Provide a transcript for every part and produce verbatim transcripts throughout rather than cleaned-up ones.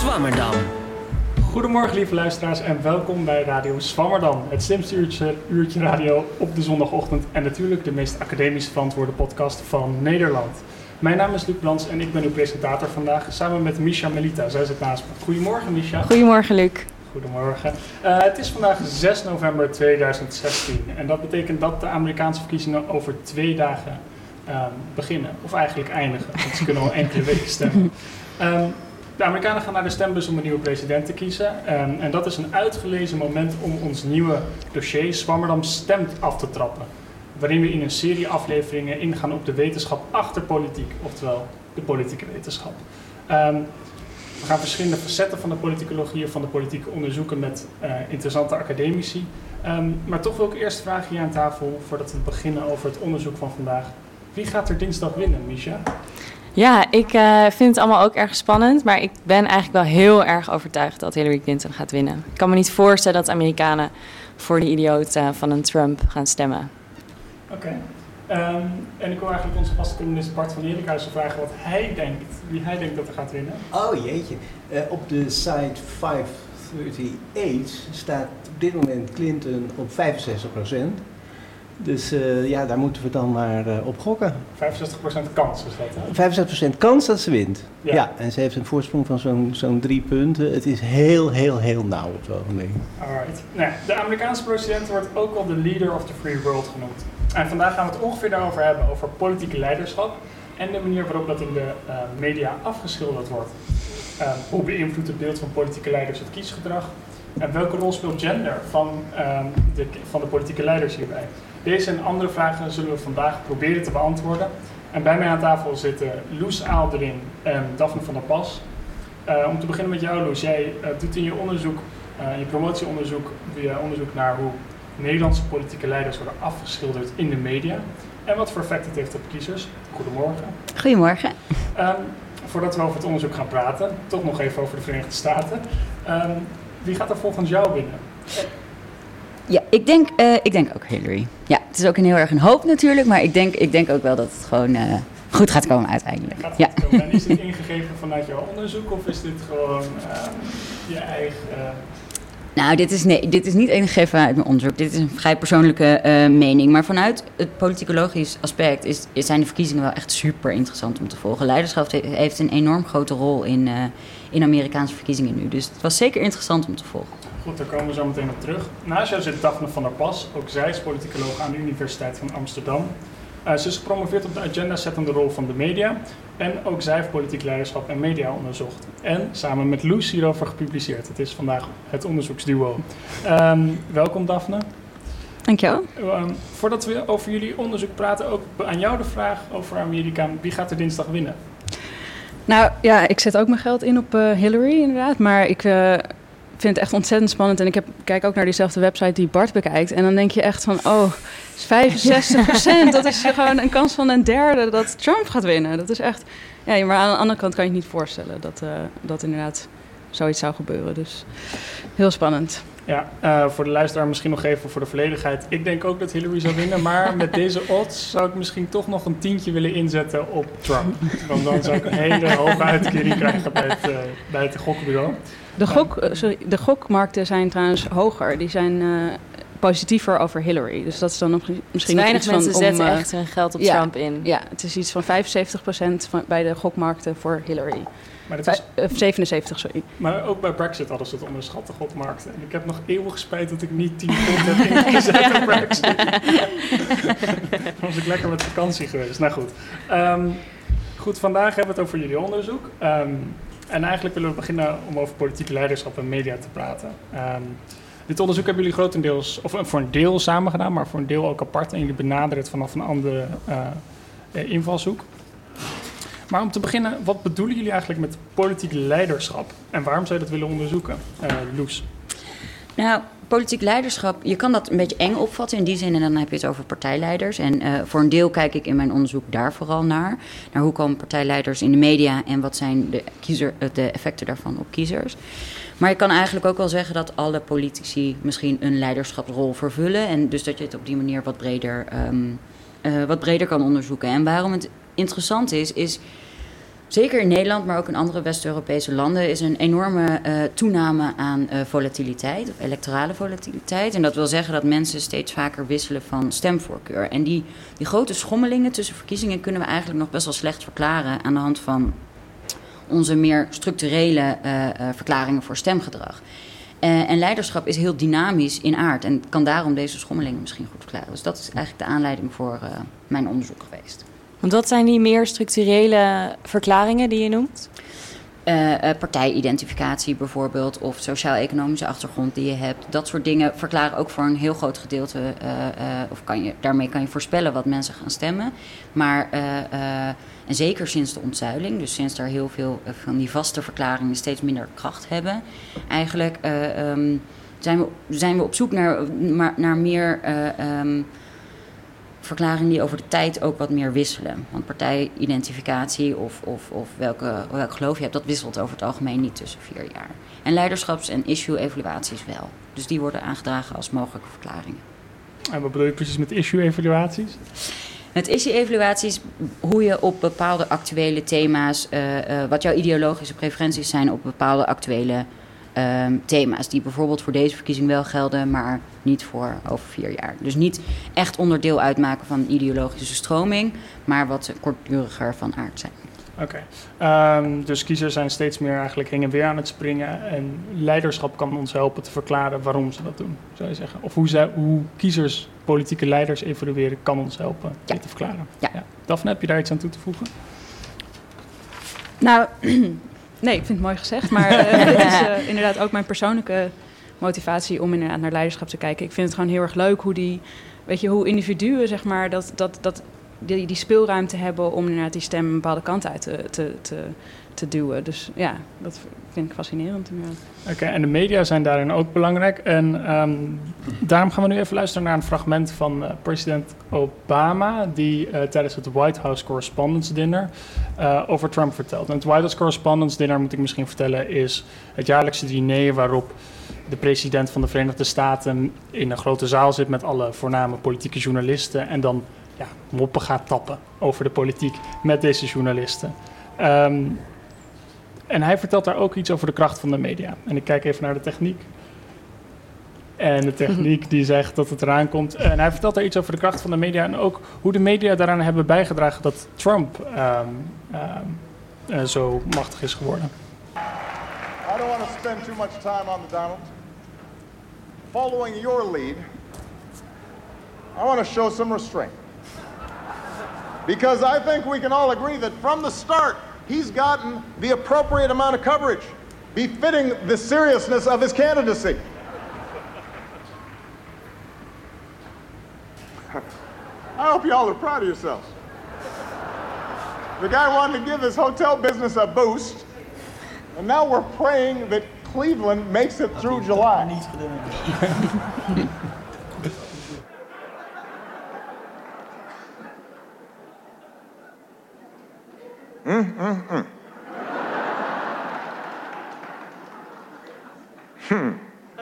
Swammerdam. Goedemorgen lieve luisteraars en welkom bij Radio Swammerdam. Het slimste uurtje, uurtje radio op de zondagochtend en natuurlijk de meest academisch verantwoorde podcast van Nederland. Mijn naam is Luc Blans en ik ben uw presentator vandaag samen met Misha Melita. Zij zit naast me. Goedemorgen Misha. Goedemorgen Luc. Goedemorgen. Uh, het is vandaag zes november tweeduizend zestien en dat betekent dat de Amerikaanse verkiezingen over twee dagen uh, beginnen. Of eigenlijk eindigen, want ze kunnen al enkele weken stemmen. Um, De Amerikanen gaan naar de stembus om een nieuwe president te kiezen. Um, en dat is een uitgelezen moment om ons nieuwe dossier Swammerdam stemt af te trappen. Waarin we in een serie afleveringen ingaan op de wetenschap achter politiek. Oftewel, de politieke wetenschap. Um, we gaan verschillende facetten van de politicologie van de politiek onderzoeken met uh, interessante academici. Um, maar toch wil ik eerst vragen hier aan tafel, voordat we beginnen over het onderzoek van vandaag. Wie gaat er dinsdag winnen, Misha? Ja, ik uh, vind het allemaal ook erg spannend, maar ik ben eigenlijk wel heel erg overtuigd dat Hillary Clinton gaat winnen. Ik kan me niet voorstellen dat Amerikanen voor de idioot uh, van een Trump gaan stemmen. Oké. Okay. Um, en ik wil eigenlijk onze vaste columnist Bart van Eerlijkhuizen vragen wat hij denkt, wie hij denkt dat er gaat winnen. Oh jeetje, uh, op de site vijfhonderdachtendertig staat op dit moment Clinton op vijfenzestig procent. Dus uh, ja, daar moeten we dan maar uh, op gokken. vijfenzestig procent kans is dat, hè? vijfenzestig procent kans dat ze wint. Ja. ja, en ze heeft een voorsprong van zo'n, zo'n drie punten. Het is heel, heel, heel nauw op het ogenblik. Alright. Nou, de Amerikaanse president wordt ook wel de leader of the free world genoemd. En vandaag gaan we het ongeveer daarover hebben, over politieke leiderschap en de manier waarop dat in de uh, media afgeschilderd wordt. Uh, hoe beïnvloedt het beeld van politieke leiders het kiesgedrag? En welke rol speelt gender van, uh, de, van de politieke leiders hierbij? Deze en andere vragen zullen we vandaag proberen te beantwoorden. En bij mij aan tafel zitten Loes Aaldering en Daphne van der Pas. Uh, om te beginnen met jou, Loes. Jij uh, doet in je onderzoek, uh, je promotieonderzoek, doe je onderzoek naar hoe Nederlandse politieke leiders worden afgeschilderd in de media. En wat voor effect het heeft op kiezers. Goedemorgen. Goedemorgen. Um, voordat we over het onderzoek gaan praten, toch nog even over de Verenigde Staten. Um, wie gaat er volgens jou winnen? Ja, ik denk, uh, ik denk ook Hillary. Ja, het is ook een heel erg een hoop natuurlijk, maar ik denk, ik denk ook wel dat het gewoon uh, goed gaat komen uiteindelijk. Gaat ja. komen. En is dit ingegeven vanuit jouw onderzoek of is dit gewoon uh, je eigen... Uh... Nou, dit is, nee, dit is niet ingegeven vanuit mijn onderzoek. Dit is een vrij persoonlijke uh, mening. Maar vanuit het politicologisch aspect is, is, zijn de verkiezingen wel echt super interessant om te volgen. Leiderschap heeft een enorm grote rol in, uh, in Amerikaanse verkiezingen nu. Dus het was zeker interessant om te volgen. Goed, daar komen we zo meteen op terug. Naast jou zit Daphne van der Pas. Ook zij is politicoloog aan de Universiteit van Amsterdam. Uh, ze is gepromoveerd op de agenda-settende rol van de media. En ook zij heeft politiek leiderschap en media onderzocht. En samen met Loes hierover gepubliceerd. Het is vandaag het onderzoeksduo. Um, welkom Daphne. Dankjewel. Um, voordat we over jullie onderzoek praten, ook aan jou de vraag over Amerika. Wie gaat er dinsdag winnen? Nou ja, ik zet ook mijn geld in op uh, Hillary inderdaad. Maar ik... Uh, Ik vind het echt ontzettend spannend en ik heb, kijk ook naar diezelfde website die Bart bekijkt. En dan denk je echt van, oh, vijfenzestig procent, dat is gewoon een kans van een derde dat Trump gaat winnen. Dat is echt, ja, maar aan de andere kant kan je het niet voorstellen dat, uh, dat inderdaad zoiets zou gebeuren. Dus heel spannend. Ja, uh, voor de luisteraar misschien nog even voor de volledigheid. Ik denk ook dat Hillary zou winnen, maar met deze odds zou ik misschien toch nog een tientje willen inzetten op Trump. Want dan zou ik een hele hoge uitkering krijgen bij het, uh, bij het gokbureau. De, gok, uh, sorry, de gokmarkten zijn trouwens hoger. Die zijn uh, positiever over Hillary. Dus dat is dan nog misschien weinig iets mensen van, zetten om, uh, echt hun geld op ja, Trump in. Ja, het is iets van vijfenzeventig procent van, bij de gokmarkten voor Hillary. Maar dat is, uh, zevenenzeventig, sorry. Maar ook bij Brexit hadden ze het onderschat, de gokmarkten. En ik heb nog eeuwig spijt dat ik niet tien pond heb ingezet op Brexit. Dan was ik lekker met vakantie geweest. Nou goed. Um, goed, vandaag hebben we het over jullie onderzoek. Um, en eigenlijk willen we beginnen om over politieke leiderschap en media te praten. Um, dit onderzoek hebben jullie grotendeels, of voor een deel samen gedaan, maar voor een deel ook apart. En jullie benaderen het vanaf een andere uh, invalshoek. Maar om te beginnen, wat bedoelen jullie eigenlijk met politiek leiderschap? En waarom zou je dat willen onderzoeken? Uh, Loes. Nou, politiek leiderschap, je kan dat een beetje eng opvatten in die zin. En dan heb je het over partijleiders. En uh, voor een deel kijk ik in mijn onderzoek daar vooral naar. Naar hoe komen partijleiders in de media en wat zijn de, kiezer, de effecten daarvan op kiezers. Maar je kan eigenlijk ook wel zeggen dat alle politici misschien een leiderschapsrol vervullen. En dus dat je het op die manier wat breder, um, uh, wat breder kan onderzoeken. En waarom het interessant is, is zeker in Nederland, maar ook in andere West-Europese landen, is een enorme uh, toename aan uh, volatiliteit, of electorale volatiliteit. En dat wil zeggen dat mensen steeds vaker wisselen van stemvoorkeur. En die, die grote schommelingen tussen verkiezingen kunnen we eigenlijk nog best wel slecht verklaren aan de hand van onze meer structurele uh, uh, verklaringen voor stemgedrag. Uh, en leiderschap is heel dynamisch in aard en kan daarom deze schommelingen misschien goed verklaren. Dus dat is eigenlijk de aanleiding voor uh, mijn onderzoek geweest. Want wat zijn die meer structurele verklaringen die je noemt? Uh, uh, partijidentificatie bijvoorbeeld, of sociaal-economische achtergrond die je hebt. Dat soort dingen verklaren ook voor een heel groot gedeelte, uh, uh, of kan je, daarmee kan je voorspellen wat mensen gaan stemmen. Maar uh, uh, en zeker sinds de ontzuiling, dus sinds er heel veel uh, van die vaste verklaringen steeds minder kracht hebben, eigenlijk uh, um, zijn, we, zijn we op zoek naar, naar meer Uh, um, verklaringen die over de tijd ook wat meer wisselen. Want partijidentificatie of, of, of welke, welk geloof je hebt, dat wisselt over het algemeen niet tussen vier jaar. En leiderschaps- en issue-evaluaties wel. Dus die worden aangedragen als mogelijke verklaringen. En wat bedoel je precies met issue-evaluaties? Met issue-evaluaties, hoe je op bepaalde actuele thema's, uh, uh, wat jouw ideologische preferenties zijn op bepaalde actuele Um, thema's die bijvoorbeeld voor deze verkiezing wel gelden, maar niet voor over vier jaar. Dus niet echt onderdeel uitmaken van een ideologische stroming, maar wat kortduriger van aard zijn. Oké, okay. um, dus kiezers zijn steeds meer eigenlijk heen en weer aan het springen en leiderschap kan ons helpen te verklaren waarom ze dat doen, zou je zeggen? Of hoe, zij, hoe kiezers, politieke leiders evalueren, kan ons helpen ja. dit te verklaren? Ja. Ja. Daphne, heb je daar iets aan toe te voegen? Nou, nee, ik vind het mooi gezegd, maar uh, het is uh, inderdaad ook mijn persoonlijke motivatie om inderdaad naar leiderschap te kijken. Ik vind het gewoon heel erg leuk hoe die, weet je, hoe individuen, zeg maar, dat, dat, dat die, die speelruimte hebben om inderdaad die stem een bepaalde kant uit te, te, te, te duwen. Dus ja, dat vind ik fascinerend. Oké, okay, en de media zijn daarin ook belangrijk. En um, daarom gaan we nu even luisteren naar een fragment van uh, president Obama, die uh, tijdens het White House Correspondents' Dinner uh, over Trump vertelt. En het White House Correspondents' Dinner, moet ik misschien vertellen, is het jaarlijkse diner waarop de president van de Verenigde Staten in een grote zaal zit met alle voorname politieke journalisten en dan ja, moppen gaat tappen over de politiek met deze journalisten. Um, en hij vertelt daar ook iets over de kracht van de media. En ik kijk even naar de techniek. En de techniek die zegt dat het eraan komt. En hij vertelt daar iets over de kracht van de media en ook hoe de media daaraan hebben bijgedragen dat Trump um, um, uh, zo machtig is geworden. I don't want to spend too much time on the Donald. Following your lead, I want to show some restraint. Because I think we can all agree that from the start, he's gotten the appropriate amount of coverage, befitting the seriousness of his candidacy. I hope you all are proud of yourselves. The guy wanted to give his hotel business a boost, and now we're praying that Cleveland makes it through July. Mm, mm, mm. Hmm.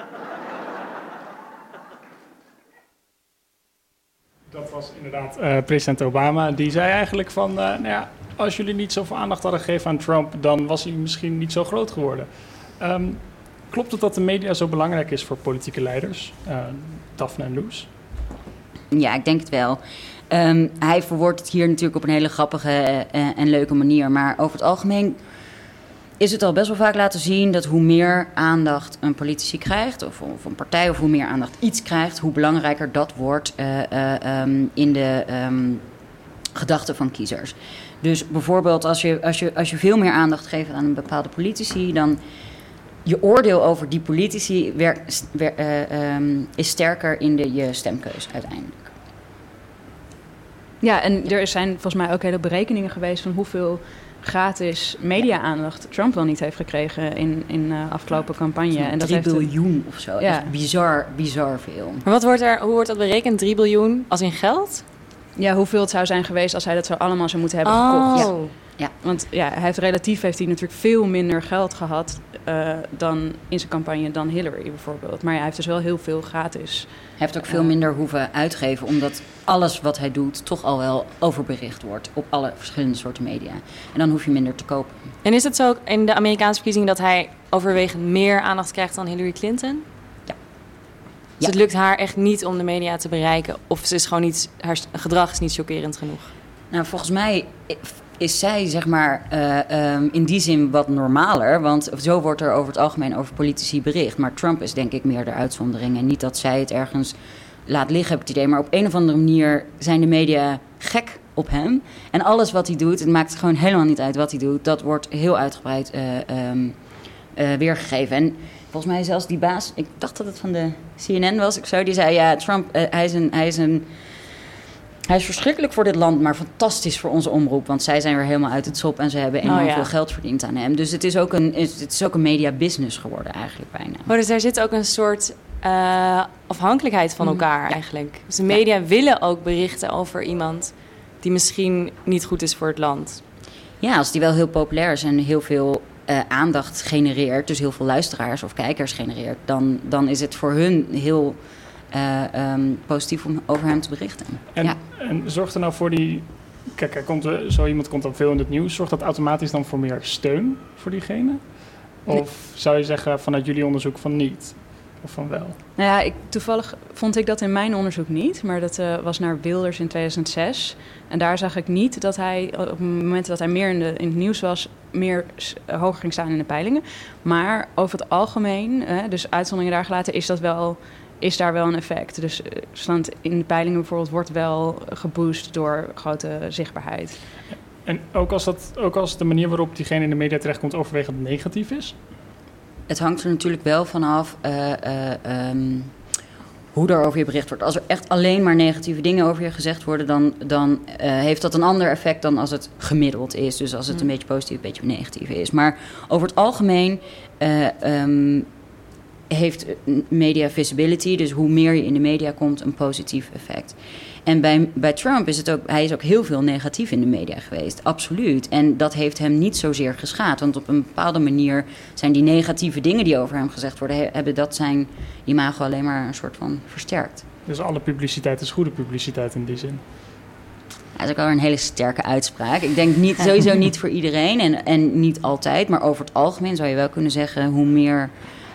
Dat was inderdaad uh, president Obama. Die zei eigenlijk van, uh, nou ja, als jullie niet zoveel aandacht hadden gegeven aan Trump, dan was hij misschien niet zo groot geworden. Um, klopt het dat de media zo belangrijk is voor politieke leiders? Uh, Daphne en Loes? Ja, ik denk het wel. Um, hij verwoordt het hier natuurlijk op een hele grappige uh, en leuke manier. Maar over het algemeen is het al best wel vaak laten zien dat hoe meer aandacht een politici krijgt, of, of een partij, of hoe meer aandacht iets krijgt, hoe belangrijker dat wordt uh, uh, um, in de um, gedachten van kiezers. Dus bijvoorbeeld als je, als, je, als je veel meer aandacht geeft aan een bepaalde politici, dan je oordeel over die politici wer, wer, uh, um, is sterker in de, je stemkeus uiteindelijk. Ja, en er zijn volgens mij ook hele berekeningen geweest van hoeveel gratis media-aandacht Trump wel niet heeft gekregen in in de uh, afgelopen campagne. En dat drie heeft biljoen of zo. Ja. Echt bizar, bizar veel. Maar wat wordt er, hoe wordt dat berekend? drie biljoen als in geld? Ja, hoeveel het zou zijn geweest als hij dat zo allemaal zou moeten hebben oh. gekocht. Ja. Ja. Want ja, hij heeft relatief heeft hij natuurlijk veel minder geld gehad uh, dan in zijn campagne dan Hillary bijvoorbeeld. Maar ja, hij heeft dus wel heel veel gratis. Hij heeft ook veel minder hoeven uitgeven, omdat alles wat hij doet toch al wel overbericht wordt op alle verschillende soorten media. En dan hoef je minder te kopen. En is het zo ook in de Amerikaanse verkiezingen dat hij overwegend meer aandacht krijgt dan Hillary Clinton? Ja. Dus Ja. het lukt haar echt niet om de media te bereiken? Of ze is gewoon niet, haar gedrag is niet chockerend genoeg? Nou, volgens mij is zij, zeg maar, uh, um, in die zin wat normaler. Want zo wordt er over het algemeen over politici bericht. Maar Trump is denk ik meer de uitzondering. En niet dat zij het ergens laat liggen, heb ik het idee. Maar op een of andere manier zijn de media gek op hem. En alles wat hij doet, het maakt gewoon helemaal niet uit wat hij doet. Dat wordt heel uitgebreid uh, um, uh, weergegeven. En volgens mij zelfs die baas, ik dacht dat het van de C N N was, ik zo, die zei, ja, Trump, uh, hij is een... Hij is een Hij is verschrikkelijk voor dit land, maar fantastisch voor onze omroep. Want zij zijn weer helemaal uit het sop en ze hebben enorm oh, ja. veel geld verdiend aan hem. Dus het is ook een, het is ook een media business geworden eigenlijk bijna. Oh, dus daar zit ook een soort uh, afhankelijkheid van elkaar ja. eigenlijk. Dus de media ja. willen ook berichten over iemand die misschien niet goed is voor het land. Ja, als die wel heel populair is en heel veel uh, aandacht genereert, dus heel veel luisteraars of kijkers genereert, dan, dan is het voor hun heel... Uh, um, positief om over hem te berichten. En, ja. en zorgt er nou voor die... Kijk, hij komt, zo iemand komt dan veel in het nieuws. Zorgt dat automatisch dan voor meer steun voor diegene? Of nee. zou je zeggen vanuit jullie onderzoek van niet? Of van wel? Nou ja, ik, toevallig vond ik dat in mijn onderzoek niet. Maar dat uh, was naar Wilders in tweeduizend zes. En daar zag ik niet dat hij, op het moment dat hij meer in, de, in het nieuws was, meer uh, hoger ging staan in de peilingen. Maar over het algemeen, uh, dus uitzonderingen daar gelaten, is dat wel... is daar wel een effect. Dus stand in de peilingen bijvoorbeeld wordt wel geboost door grote zichtbaarheid. En ook als, dat, ook als de manier waarop diegene in de media terechtkomt overwegend negatief is? Het hangt er natuurlijk wel vanaf uh, uh, um, hoe er over je bericht wordt. Als er echt alleen maar negatieve dingen over je gezegd worden, dan, dan uh, heeft dat een ander effect dan als het gemiddeld is. Dus als het een beetje positief, een beetje negatief is. Maar over het algemeen... Uh, um, heeft media visibility, dus hoe meer je in de media komt, een positief effect. En bij, bij Trump is het ook, hij is ook heel veel negatief in de media geweest, absoluut. En dat heeft hem niet zozeer geschaad, want op een bepaalde manier zijn die negatieve dingen die over hem gezegd worden, hebben dat zijn imago alleen maar een soort van versterkt. Dus alle publiciteit is goede publiciteit in die zin? Dat is ook wel een hele sterke uitspraak. Ik denk niet, sowieso niet voor iedereen en, en niet altijd, maar over het algemeen zou je wel kunnen zeggen, hoe meer...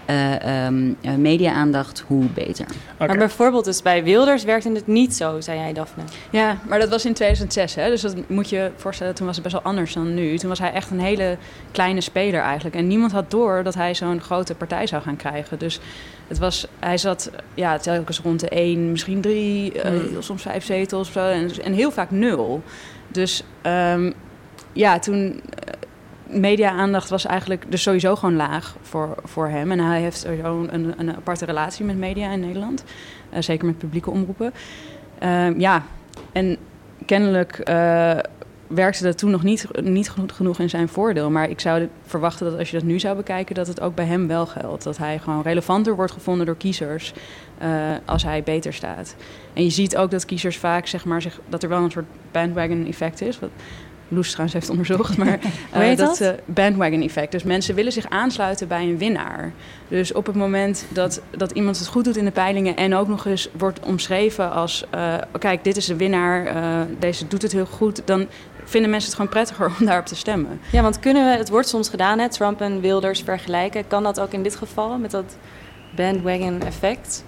Uh, um, uh, media-aandacht, hoe beter. Okay. Maar bijvoorbeeld dus bij Wilders werkte het niet zo, zei jij, Daphne. Ja, maar dat was in tweeduizend zes, hè? Dus dat moet je voorstellen, toen was het best wel anders dan nu. Toen was hij echt een hele kleine speler eigenlijk. En niemand had door dat hij zo'n grote partij zou gaan krijgen. Dus het was, hij zat ja, telkens rond de één, misschien drie, uh, soms vijf zetels of zo. En, en heel vaak nul. Dus um, ja, toen... Uh, media-aandacht was eigenlijk dus sowieso gewoon laag voor, voor hem. En hij heeft sowieso een, een aparte relatie met media in Nederland. Uh, zeker met publieke omroepen. Uh, ja, en kennelijk uh, werkte dat toen nog niet, niet goed genoeg in zijn voordeel. Maar ik zou verwachten dat als je dat nu zou bekijken, dat het ook bij hem wel geldt. Dat hij gewoon relevanter wordt gevonden door kiezers uh, als hij beter staat. En je ziet ook dat kiezers vaak, zeg maar, zich, dat er wel een soort bandwagon-effect is. Wat, Loes trouwens heeft onderzocht, maar uh, dat uh, bandwagon effect. Dus mensen willen zich aansluiten bij een winnaar. Dus op het moment dat, dat iemand het goed doet in de peilingen en ook nog eens wordt omschreven als uh, kijk, dit is de winnaar, uh, deze doet het heel goed, dan vinden mensen het gewoon prettiger om daarop te stemmen. Ja, want kunnen we, het wordt soms gedaan, hè, Trump en Wilders vergelijken. Kan dat ook in dit geval met dat bandwagon effect?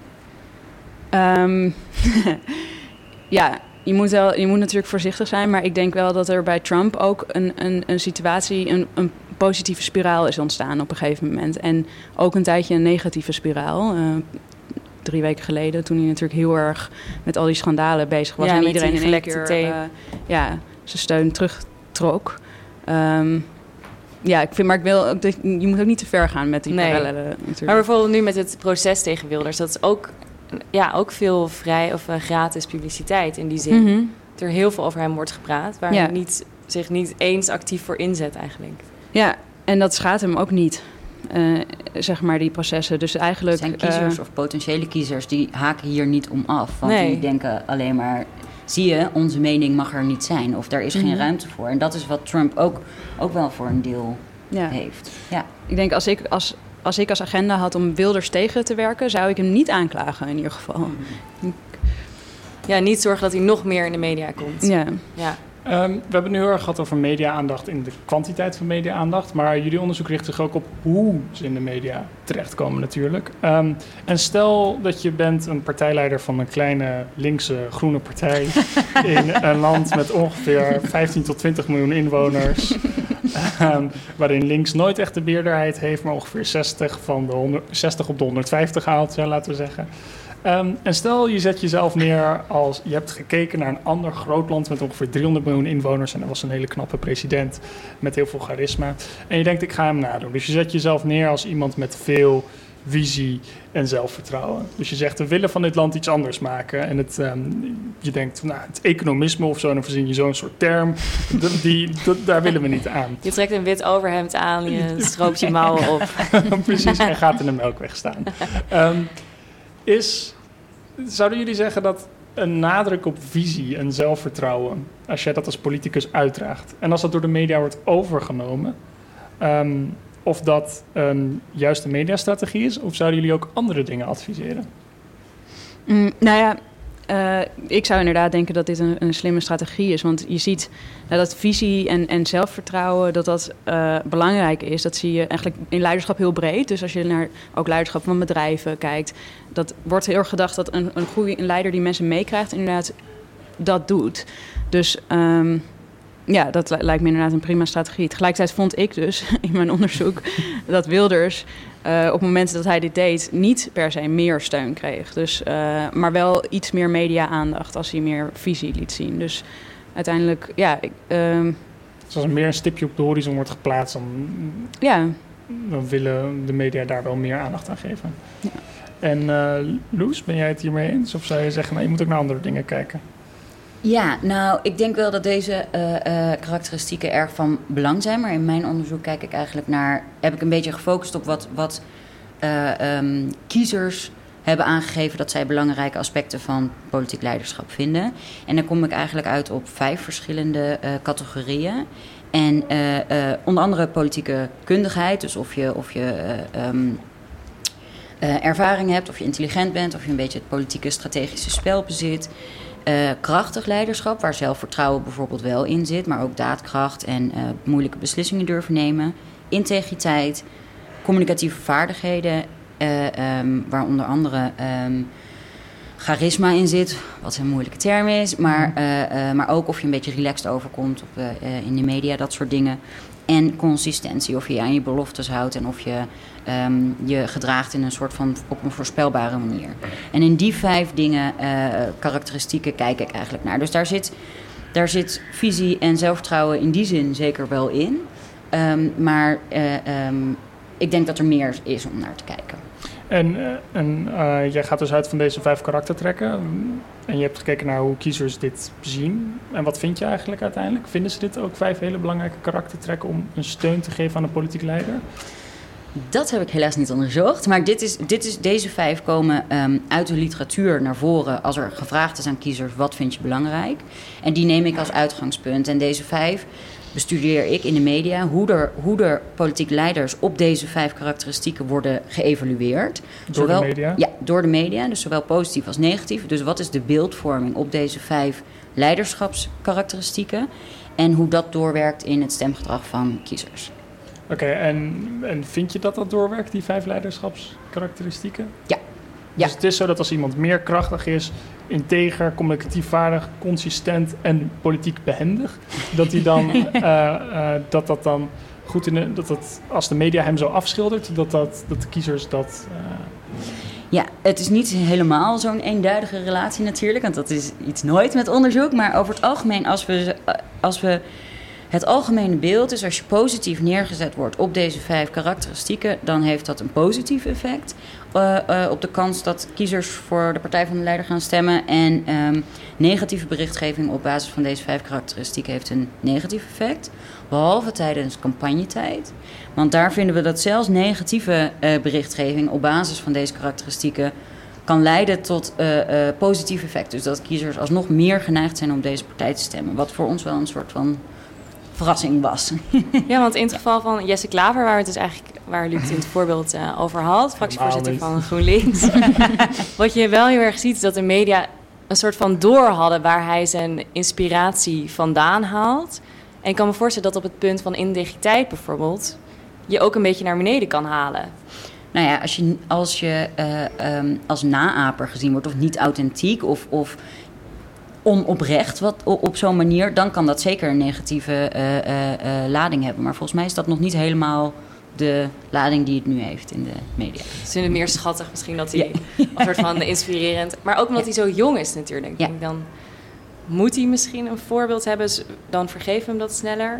Um, ja. Je moet, wel, je moet natuurlijk voorzichtig zijn, maar ik denk wel dat er bij Trump ook een, een, een situatie, een, een positieve spiraal is ontstaan op een gegeven moment. En ook een tijdje een negatieve spiraal. Uh, drie weken geleden, toen hij natuurlijk heel erg met al die schandalen bezig was. Ja, en iedereen in één keer uh, ja, zijn steun terugtrok. Um, ja, ik vind, maar ik wil, je moet ook niet te ver gaan met die nee. parallellen. Natuurlijk. Maar bijvoorbeeld nu met het proces tegen Wilders, dat is ook... Ja, ook veel vrij of uh, gratis publiciteit in die zin. Mm-hmm. Dat er heel veel over hem wordt gepraat, waar ja. hij niet, zich niet eens actief voor inzet eigenlijk. Ja, en dat schaadt hem ook niet, uh, zeg maar, die processen. Dus eigenlijk... Zijn kiezers uh, of potentiële kiezers, die haken hier niet om af. Want nee. die denken alleen maar, zie je, onze mening mag er niet zijn. Of daar is mm-hmm. geen ruimte voor. En dat is wat Trump ook, ook wel voor een deel ja. heeft. Ja. Ik denk als ik als, als ik als agenda had om Wilders tegen te werken, zou ik hem niet aanklagen in ieder geval. Ja, niet zorgen dat hij nog meer in de media komt. Ja. Ja. Um, we hebben het nu heel erg gehad over media-aandacht in de kwantiteit van media-aandacht. Maar jullie onderzoek richt zich ook op hoe ze in de media terechtkomen natuurlijk. Um, en stel dat je bent een partijleider van een kleine linkse groene partij in een land met ongeveer vijftien tot twintig miljoen inwoners. Um, waarin links nooit echt de meerderheid heeft, maar ongeveer zestig, van de honderd, zestig op de honderdvijftig haalt, ja, laten we zeggen. Um, en stel je zet jezelf neer als je hebt gekeken naar een ander groot land met ongeveer driehonderd miljoen inwoners en er was een hele knappe president met heel veel charisma. En je denkt, ik ga hem nadoen. Dus je zet jezelf neer als iemand met veel visie en zelfvertrouwen. Dus je zegt, we willen van dit land iets anders maken. En het, um, je denkt, nou, het economisme of zo, en dan verzin je zo'n soort term. Die, die, die, daar willen we niet aan. Je trekt een wit overhemd aan, je stroopt je mouwen op. Precies, en gaat in de melkweg staan. Um, Is, zouden jullie zeggen dat een nadruk op visie en zelfvertrouwen, als jij dat als politicus uitdraagt, en als dat door de media wordt overgenomen, um, of dat een juiste mediastrategie is, of zouden jullie ook andere dingen adviseren? Mm, nou ja, uh, ik zou inderdaad denken dat dit een, een slimme strategie is. Want je ziet uh, dat visie en, en zelfvertrouwen, dat dat uh, belangrijk is. Dat zie je eigenlijk in leiderschap heel breed. Dus als je naar ook leiderschap van bedrijven kijkt, dat wordt heel erg gedacht dat een, een goede een leider die mensen meekrijgt inderdaad dat doet. Dus um, ja, dat lijkt me inderdaad een prima strategie. Tegelijkertijd vond ik dus in mijn onderzoek dat Wilders Uh, op het moment dat hij dit deed niet per se meer steun kreeg. Dus, uh, maar wel iets meer media-aandacht als hij meer visie liet zien. Dus uiteindelijk, ja... Ik, uh, dus als er meer een stipje op de horizon wordt geplaatst, dan, ja. dan willen de media daar wel meer aandacht aan geven. Ja. En uh, Loes, ben jij het hiermee eens? Of zou je zeggen, nou, je moet ook naar andere dingen kijken? Ja, nou, ik denk wel dat deze uh, uh, karakteristieken erg van belang zijn. Maar in mijn onderzoek kijk ik eigenlijk naar... heb ik een beetje gefocust op wat, wat uh, um, kiezers hebben aangegeven dat zij belangrijke aspecten van politiek leiderschap vinden. En dan kom ik eigenlijk uit op vijf verschillende uh, categorieën. En uh, uh, onder andere politieke kundigheid. Dus of je, of je uh, um, uh, ervaring hebt, of je intelligent bent, of je een beetje het politieke strategische spel bezit. Uh, krachtig leiderschap, waar zelfvertrouwen bijvoorbeeld wel in zit, maar ook daadkracht en uh, moeilijke beslissingen durven nemen. Integriteit, communicatieve vaardigheden, uh, um, waar onder andere um, charisma in zit, wat een moeilijke term is, maar, uh, uh, maar ook of je een beetje relaxed overkomt op, uh, uh, in de media, dat soort dingen. En consistentie, of je je aan je beloftes houdt en of je um, je gedraagt in een soort van op een voorspelbare manier. En in die vijf dingen, uh, karakteristieken, kijk ik eigenlijk naar. Dus daar zit, daar zit visie en zelfvertrouwen in die zin zeker wel in. Um, maar uh, um, ik denk dat er meer is om naar te kijken. En, uh, en uh, jij gaat dus uit van deze vijf karaktertrekken. En je hebt gekeken naar hoe kiezers dit zien. En wat vind je eigenlijk uiteindelijk? Vinden ze dit ook vijf hele belangrijke karaktertrekken om een steun te geven aan een politiek leider? Dat heb ik helaas niet onderzocht. Maar dit is, dit is, deze vijf komen um, uit de literatuur naar voren als er gevraagd is aan kiezers wat vind je belangrijk. En die neem ik als uitgangspunt. En deze vijf bestudeer ik in de media hoe er, hoe er politieke leiders op deze vijf karakteristieken worden geëvalueerd. Door zowel, de media? Ja, door de media. Dus zowel positief als negatief. Dus wat is de beeldvorming op deze vijf leiderschapskarakteristieken? En hoe dat doorwerkt in het stemgedrag van kiezers. Oké, okay, en, en vind je dat dat doorwerkt, die vijf leiderschapskarakteristieken? Ja. Ja. Dus het is zo dat als iemand meer krachtig is, integer, communicatief vaardig, consistent en politiek behendig, dat hij dan uh, uh, dat dat dan goed in de, dat dat als de media hem zo afschildert, dat dat dat de kiezers dat. Uh... Ja, het is niet helemaal zo'n eenduidige relatie natuurlijk, want dat is iets nooit met onderzoek. Maar over het algemeen, als we als we het algemene beeld is, als je positief neergezet wordt op deze vijf karakteristieken, dan heeft dat een positief effect uh, uh, op de kans dat kiezers voor de partij van de leider gaan stemmen. En um, negatieve berichtgeving op basis van deze vijf karakteristieken heeft een negatief effect. Behalve tijdens campagnetijd. Want daar vinden we dat zelfs negatieve uh, berichtgeving op basis van deze karakteristieken kan leiden tot uh, uh, positief effect. Dus dat kiezers alsnog meer geneigd zijn om deze partij te stemmen. Wat voor ons wel een soort van verrassing was. Ja, want in het geval van Jesse Klaver, waar we het dus eigenlijk, waar Luc het in het voorbeeld uh, over had, fractievoorzitter van GroenLinks. Wat je wel heel erg ziet, is dat de media een soort van door hadden waar hij zijn inspiratie vandaan haalt. En ik kan me voorstellen dat op het punt van integriteit bijvoorbeeld je ook een beetje naar beneden kan halen. Nou ja, als je, als, je uh, um, als naaper gezien wordt of niet authentiek of, of onoprecht wat, op, op zo'n manier, dan kan dat zeker een negatieve uh, uh, uh, lading hebben. Maar volgens mij is dat nog niet helemaal de lading die het nu heeft in de media. Ze vinden het meer schattig misschien dat hij ja. een soort van inspirerend, maar ook omdat ja. hij zo jong is natuurlijk. Ja. Dan moet hij misschien een voorbeeld hebben, dan vergeven we hem dat sneller.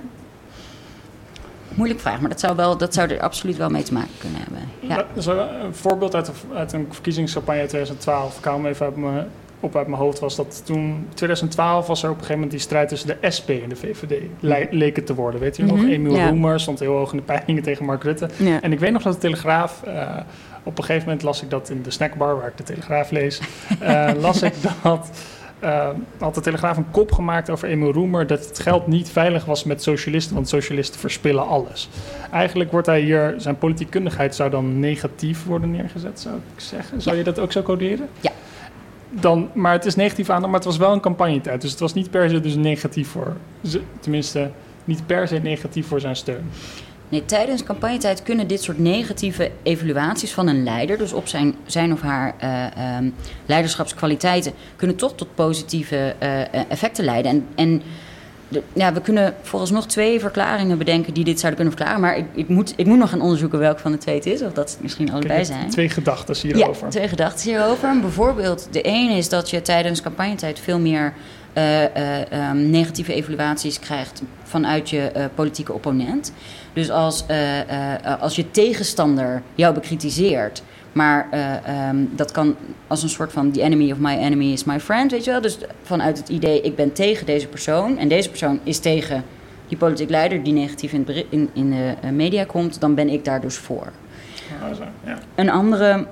Moeilijk vraag, maar dat zou, wel, dat zou er absoluut wel mee te maken kunnen hebben. Ja. Dat is een voorbeeld uit, de, uit een verkiezingscampagne uit twintig twaalf. Ik hou hem even uit mijn, op uit mijn hoofd. Was dat toen twintig twaalf was er op een gegeven moment die strijd tussen de S P en de V V D. Le- leek het te worden. Weet je nog? Mm-hmm. Emiel ja. Roemer stond heel hoog in de peilingen tegen Mark Rutte. Ja. En ik weet nog dat de Telegraaf... Uh, op een gegeven moment las ik dat in de snackbar, waar ik de Telegraaf lees. Uh, las ik dat... Uh, had de Telegraaf een kop gemaakt over Emiel Roemer dat het geld niet veilig was met socialisten, want socialisten verspillen alles. Eigenlijk wordt hij hier, zijn politiekkundigheid zou dan negatief worden neergezet, zou ik zeggen. Zou ja. je dat ook zo coderen? Ja. Dan, maar het is negatief aan, maar het was wel een campagnetijd, dus het was niet per se dus negatief voor, tenminste niet per se negatief voor zijn steun. Nee, tijdens campagnetijd kunnen dit soort negatieve evaluaties van een leider, dus op zijn, zijn of haar uh, um, leiderschapskwaliteiten, kunnen toch tot positieve uh, effecten leiden. En, en de, ja, we kunnen vooralsnog twee verklaringen bedenken die dit zouden kunnen verklaren, maar ik, ik, moet, ik moet nog gaan onderzoeken welke van de twee het is, of dat het misschien allebei okay, zijn. Twee gedachten hierover. Ja, twee gedachten hierover. Bijvoorbeeld, de ene is dat je tijdens campagnetijd veel meer Uh, uh, um, negatieve evaluaties krijgt vanuit je uh, politieke opponent. Dus als, uh, uh, als je tegenstander jou bekritiseert, maar uh, um, dat kan als een soort van the enemy of my enemy is my friend, weet je wel. Dus vanuit het idee, ik ben tegen deze persoon en deze persoon is tegen die politiek leider die negatief in, beri- in, in de uh, media komt, dan ben ik daar dus voor. Ja, zo, ja. Een andere...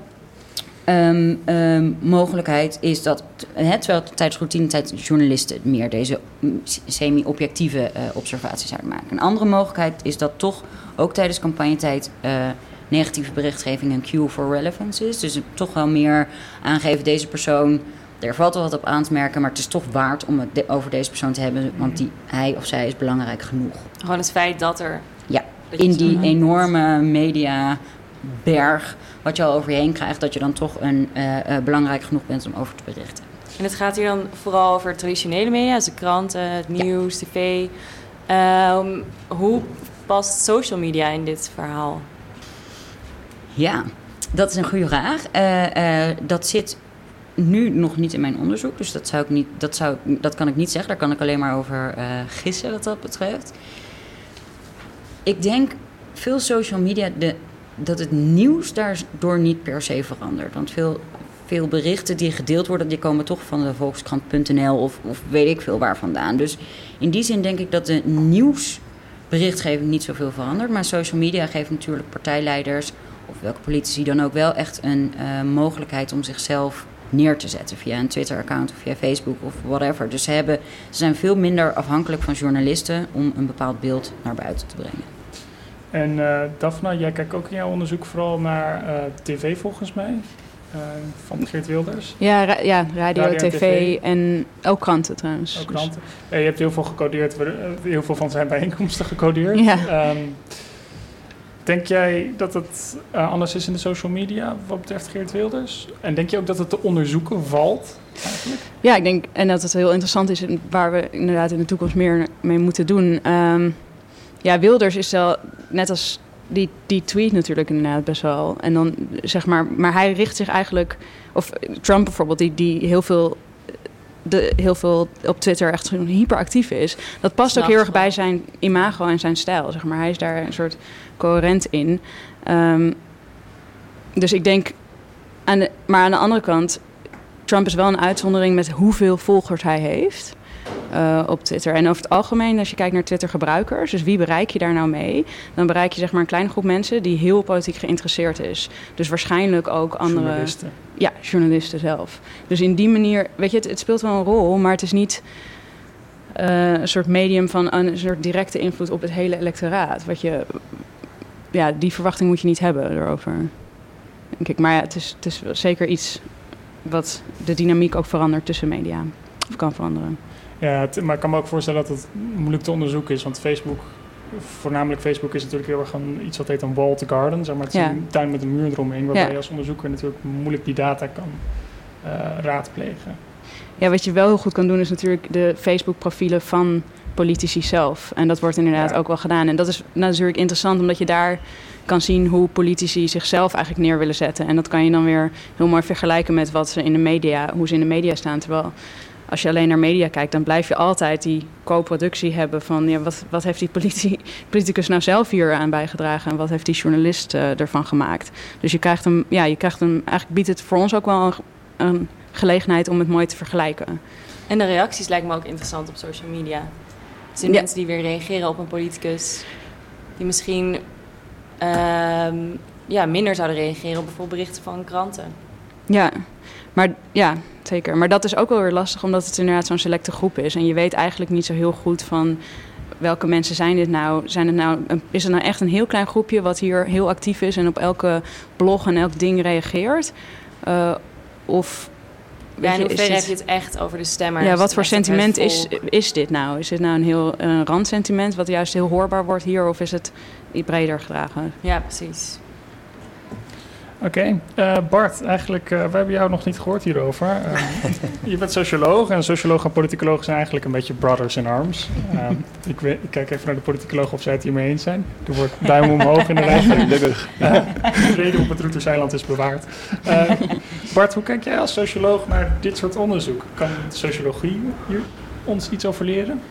Um, um, mogelijkheid is dat, he, terwijl tijdens routinetijd journalisten meer deze semi-objectieve uh, observaties zouden maken. Een andere mogelijkheid is dat toch ook tijdens campagnetijd uh, negatieve berichtgeving een cue for relevance is. Dus toch wel meer aangeven deze persoon, er valt wel wat op aan te merken, maar het is toch waard om het de, over deze persoon te hebben, want die, hij of zij is belangrijk genoeg. Gewoon het feit dat er... Ja, dat in die enorme mediaberg wat je al over je heen krijgt, dat je dan toch een, uh, uh, belangrijk genoeg bent om over te berichten. En het gaat hier dan vooral over traditionele media, dus de kranten, het nieuws, ja. tv. Um, hoe past social media in dit verhaal? Ja, dat is een goede vraag. Uh, uh, dat zit nu nog niet in mijn onderzoek, dus dat, zou ik niet, dat, zou, dat kan ik niet zeggen. Daar kan ik alleen maar over uh, gissen wat dat betreft. Ik denk veel social media... De, dat het nieuws daardoor niet per se verandert. Want veel, veel berichten die gedeeld worden, die komen toch van de Volkskrant punt n l of, of weet ik veel waar vandaan. Dus in die zin denk ik dat de nieuwsberichtgeving niet zoveel verandert. Maar social media geeft natuurlijk partijleiders, of welke politici dan ook, wel echt een uh, mogelijkheid om zichzelf neer te zetten via een Twitter-account of via Facebook of whatever. Dus ze, hebben, ze zijn veel minder afhankelijk van journalisten om een bepaald beeld naar buiten te brengen. En uh, Daphna, jij kijkt ook in jouw onderzoek vooral naar uh, tv volgens mij, uh, van Geert Wilders. Ja, ra- ja radio, radio tv, tv en ook kranten trouwens. Ook kranten. Dus. Ja, je hebt heel veel gecodeerd, heel veel van zijn bijeenkomsten gecodeerd. Ja. Um, denk jij dat het uh, anders is in de social media wat betreft Geert Wilders? En denk je ook dat het te onderzoeken valt eigenlijk? Ja, ik denk en dat het heel interessant is en waar we inderdaad in de toekomst meer mee moeten doen. Um, Ja, Wilders is wel, net als die, die tweet natuurlijk inderdaad best wel. En dan zeg maar, maar hij richt zich eigenlijk, of Trump bijvoorbeeld, die, die heel veel, de, heel veel op Twitter echt hyperactief is. Dat past ook heel erg bij zijn imago en zijn stijl, zeg maar. Hij is daar een soort coherent in. Um, dus ik denk, aan de, maar aan de andere kant, Trump is wel een uitzondering met hoeveel volgers hij heeft. Uh, op Twitter. En over het algemeen, als je kijkt naar Twitter-gebruikers, dus wie bereik je daar nou mee? Dan bereik je zeg maar een kleine groep mensen die heel politiek geïnteresseerd is. Dus waarschijnlijk ook andere... Journalisten. Ja, journalisten zelf. Dus in die manier, weet je, het, het speelt wel een rol, maar het is niet... uh, een soort medium van een soort directe invloed op het hele electoraat. Wat je, ja, die verwachting moet je niet hebben erover. Denk ik. Maar ja, het is, het is zeker iets wat de dynamiek ook verandert tussen media. Of kan veranderen. Ja, het, maar ik kan me ook voorstellen dat het moeilijk te onderzoeken is. Want Facebook, voornamelijk Facebook, is natuurlijk heel erg een, iets wat heet een walled garden. Zeg maar, het is ja. een tuin met een muur eromheen. Waarbij ja. je als onderzoeker natuurlijk moeilijk die data kan uh, raadplegen. Ja, wat je wel heel goed kan doen is natuurlijk de Facebook-profielen van politici zelf. En dat wordt inderdaad ja. ook wel gedaan. En dat is natuurlijk interessant, omdat je daar kan zien hoe politici zichzelf eigenlijk neer willen zetten. En dat kan je dan weer heel mooi vergelijken met wat ze in de media, hoe ze in de media staan. Terwijl als je alleen naar media kijkt, dan blijf je altijd die co-productie hebben van ja, wat, wat heeft die politi- politicus nou zelf hier aan bijgedragen en wat heeft die journalist uh, ervan gemaakt. Dus je krijgt hem, ja, je krijgt hem, eigenlijk biedt het voor ons ook wel een, een gelegenheid om het mooi te vergelijken. En de reacties lijken me ook interessant op social media. Dus de ja. mensen die weer reageren op een politicus, die misschien uh, ja, minder zouden reageren op bijvoorbeeld berichten van kranten. Ja, maar ja, zeker. Maar dat is ook wel weer lastig, omdat het inderdaad zo'n selecte groep is. En je weet eigenlijk niet zo heel goed van welke mensen zijn dit nou. Zijn het nou een, is het nou echt een heel klein groepje wat hier heel actief is en op elke blog en elk ding reageert? Uh, of ja, in hoeverre heb je het echt over de stemmers? Ja, wat voor sentiment is, is dit nou? Is dit nou een heel een randsentiment wat juist heel hoorbaar wordt hier, of is het iets breder gedragen? Ja, precies. Oké, okay. uh, Bart, eigenlijk, uh, we hebben jou nog niet gehoord hierover. Uh, je bent socioloog en socioloog en politicoloog zijn eigenlijk een beetje brothers in arms. Uh, ik, weet, ik kijk even naar de politicoloog of zij het hiermee eens zijn. Er wordt duim omhoog in de rij. Gelukkig. Uh, vrede op het Roeterseiland is bewaard. Uh, Bart, hoe kijk jij als socioloog naar dit soort onderzoek? Kan sociologie hier ons iets over leren?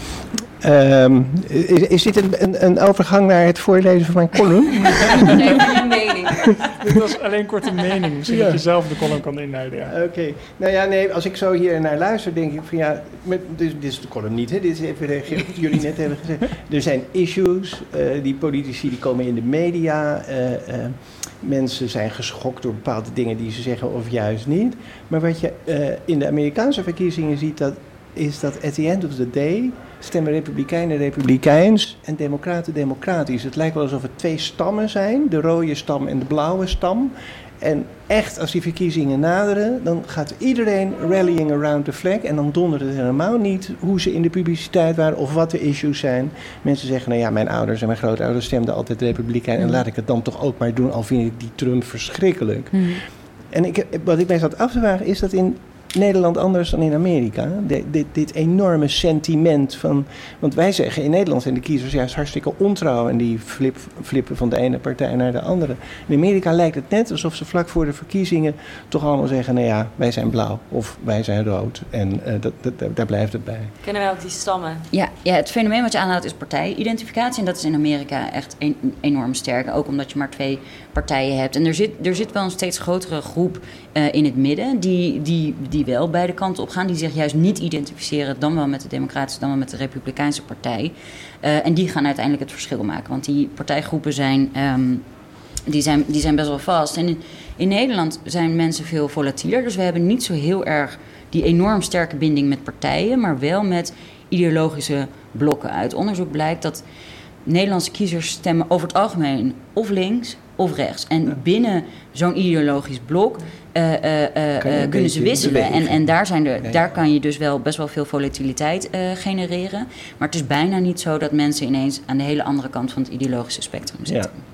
Um, is, is dit een, een, een overgang naar het voorlezen van mijn column? Nee, een mening. Dit was alleen kort een mening. Misschien ja. dat je zelf de column kan inleiden. Ja. Oké. Okay. Nou ja, nee, als ik zo hier naar luister, denk ik van ja, met, dit, dit is de column niet, hè? Dit is even wat jullie net hebben gezegd. Er zijn issues, uh, die politici die komen in de media. Uh, uh, mensen zijn geschokt door bepaalde dingen die ze zeggen of juist niet. Maar wat je uh, in de Amerikaanse verkiezingen ziet, dat is dat at the end of the day stemmen Republikeinen Republikeins en Democraten Democratisch. Het lijkt wel alsof het twee stammen zijn, de rode stam en de blauwe stam. En echt, als die verkiezingen naderen, dan gaat iedereen rallying around the flag. En dan dondert het helemaal niet hoe ze in de publiciteit waren of wat de issues zijn. Mensen zeggen, nou ja, mijn ouders en mijn grootouders stemden altijd Republikein. En laat ik het dan toch ook maar doen, al vind ik die Trump verschrikkelijk. Mm. En ik, wat ik mij zat af te vragen, is dat in Nederland anders dan in Amerika? De, dit, dit enorme sentiment van... Want wij zeggen, in Nederland zijn de kiezers juist hartstikke ontrouw en die flip, flippen van de ene partij naar de andere. In Amerika lijkt het net alsof ze vlak voor de verkiezingen toch allemaal zeggen, nou ja, wij zijn blauw of wij zijn rood. En uh, dat, dat, daar blijft het bij. Kennen wij ook die stammen? Ja, ja, het fenomeen wat je aanhaalt is partijidentificatie. En dat is in Amerika echt een, enorm sterk. Ook omdat je maar twee partijen hebt. En er zit, er zit wel een steeds grotere groep uh, in het midden die, die, die wel beide kanten op gaan. Die zich juist niet identificeren, dan wel met de Democratische, dan wel met de Republikeinse partij. Uh, en die gaan uiteindelijk het verschil maken. Want die partijgroepen zijn, um, die zijn, die zijn best wel vast. En in, in Nederland zijn mensen veel volatieler. Dus we hebben niet zo heel erg die enorm sterke binding met partijen, maar wel met ideologische blokken. Uit onderzoek blijkt dat Nederlandse kiezers stemmen over het algemeen of links of rechts. En ja. binnen zo'n ideologisch blok uh, uh, uh, uh, kunnen ze wisselen. En, en daar, zijn er, daar kan je dus wel best wel veel volatiliteit uh, genereren. Maar het is bijna niet zo dat mensen ineens aan de hele andere kant van het ideologische spectrum zitten. Ja.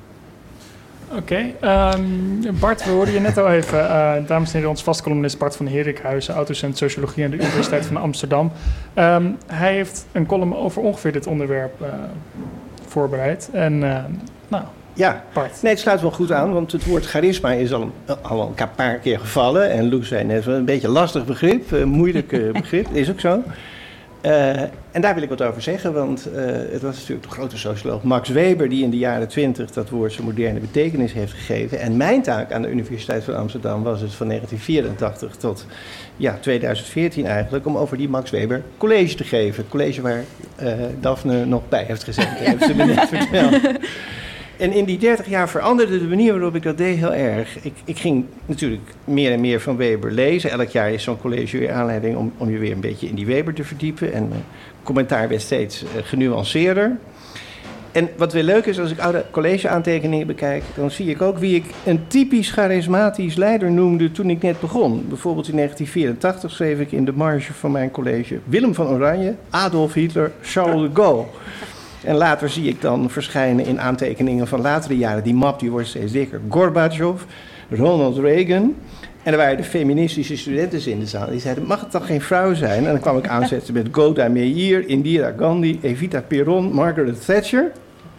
Oké, okay, um, Bart, we hoorden je net al even. Uh, dames en heren, ons vastcolumnist Bart van Herikhuizen, autocent Sociologie aan de Universiteit van Amsterdam. Um, hij heeft een column over ongeveer dit onderwerp uh, voorbereid. En uh, nou, ja, Bart. Nee, het sluit wel goed aan, want het woord charisma is al een, al een paar keer gevallen. En Loes zei net, een beetje een lastig begrip, een moeilijk uh, begrip, is ook zo. Uh, en daar wil ik wat over zeggen, want uh, het was natuurlijk de grote socioloog Max Weber die in de jaren twintig dat woord zijn moderne betekenis heeft gegeven. En mijn taak aan de Universiteit van Amsterdam was het van negentien vierentachtig tot ja, tweeduizend veertien eigenlijk, om over die Max Weber college te geven. Het college waar uh, Daphne nog bij heeft gezeten, heeft ze me net verteld. En in die dertig jaar veranderde de manier waarop ik dat deed heel erg. Ik, ik ging natuurlijk meer en meer van Weber lezen. Elk jaar is zo'n college weer aanleiding om, om je weer een beetje in die Weber te verdiepen. En mijn commentaar werd steeds uh, genuanceerder. En wat weer leuk is, als ik oude collegeaantekeningen bekijk, dan zie ik ook wie ik een typisch charismatisch leider noemde toen ik net begon. Bijvoorbeeld in negentien vierentachtig schreef ik in de marge van mijn college Willem van Oranje, Adolf Hitler, Charles de Gaulle. En later zie ik dan verschijnen in aantekeningen van latere jaren, die map die wordt steeds dikker, Gorbachev, Ronald Reagan. En er waren de feministische studenten in de zaal. Die zeiden, mag het dan geen vrouw zijn? En dan kwam ik aanzetten met Golda Meir, Indira Gandhi, Evita Peron, Margaret Thatcher.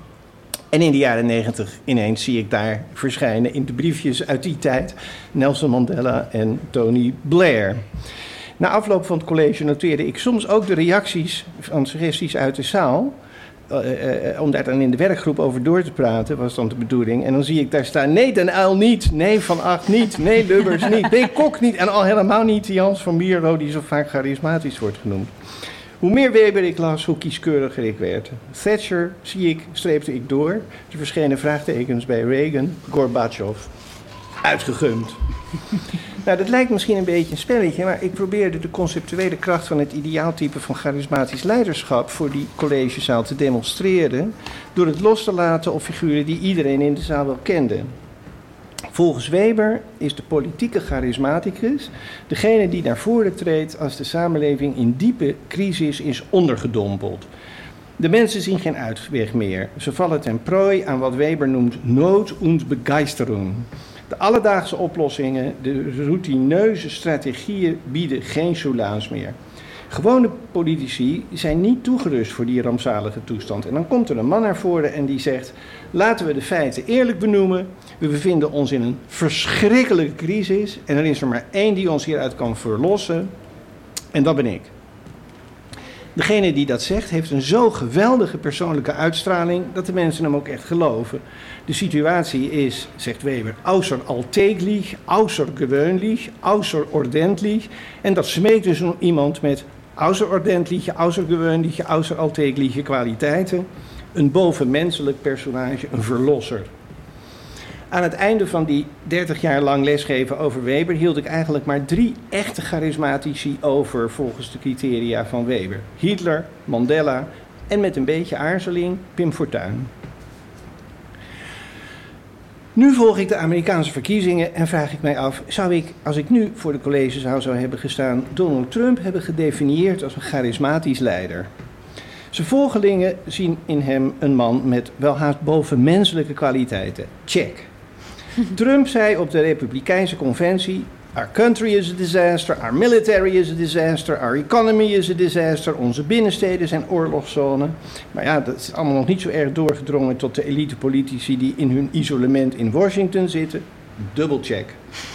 En in de jaren negentig ineens zie ik daar verschijnen in de briefjes uit die tijd Nelson Mandela en Tony Blair. Na afloop van het college noteerde ik soms ook de reacties van suggesties uit de zaal. Uh, uh, om daar dan in de werkgroep over door te praten, was dan de bedoeling. En dan zie ik daar staan, nee, Den Uyl niet, nee, Van Agt niet, nee, Lubbers niet, nee, Kok niet. En al helemaal niet Jans van Mierlo, die zo vaak charismatisch wordt genoemd. Hoe meer Weber ik las, hoe kieskeuriger ik werd. Thatcher, zie ik, streepte ik door. Er verschenen vraagtekens bij Reagan, Gorbachev. Uitgegumd. Nou, dat lijkt misschien een beetje een spelletje, maar ik probeerde de conceptuele kracht van het ideaaltype van charismatisch leiderschap voor die collegezaal te demonstreren door het los te laten op figuren die iedereen in de zaal wel kende. Volgens Weber is de politieke charismaticus degene die naar voren treedt als de samenleving in diepe crisis is ondergedompeld. De mensen zien geen uitweg meer. Ze vallen ten prooi aan wat Weber noemt Not und Begeisterung. De alledaagse oplossingen, de routineuze strategieën bieden geen soelaas meer. Gewone politici zijn niet toegerust voor die rampzalige toestand. En dan komt er een man naar voren en die zegt, laten we de feiten eerlijk benoemen. We bevinden ons in een verschrikkelijke crisis en er is er maar één die ons hieruit kan verlossen. En dat ben ik. Degene die dat zegt heeft een zo geweldige persoonlijke uitstraling dat de mensen hem ook echt geloven. De situatie is, zegt Weber, außer alltäglich, außergewöhnlich, außerordentlich. En dat smeekt dus iemand met außerordentliche, außergewöhnliche, außeralltägliche kwaliteiten. Een bovenmenselijk personage, een verlosser. Aan het einde van die dertig jaar lang lesgeven over Weber hield ik eigenlijk maar drie echte charismatici over volgens de criteria van Weber. Hitler, Mandela en met een beetje aarzeling Pim Fortuyn. Nu volg ik de Amerikaanse verkiezingen en vraag ik mij af, zou ik, als ik nu voor de collegezaal zou hebben gestaan, Donald Trump hebben gedefinieerd als een charismatisch leider? Zijn volgelingen zien in hem een man met welhaast bovenmenselijke kwaliteiten. Check. Trump zei op de Republikeinse conventie, our country is a disaster, our military is a disaster, our economy is a disaster, onze binnensteden zijn oorlogszone. Maar ja, dat is allemaal nog niet zo erg doorgedrongen tot de elite politici die in hun isolement in Washington zitten. Dubbelcheck.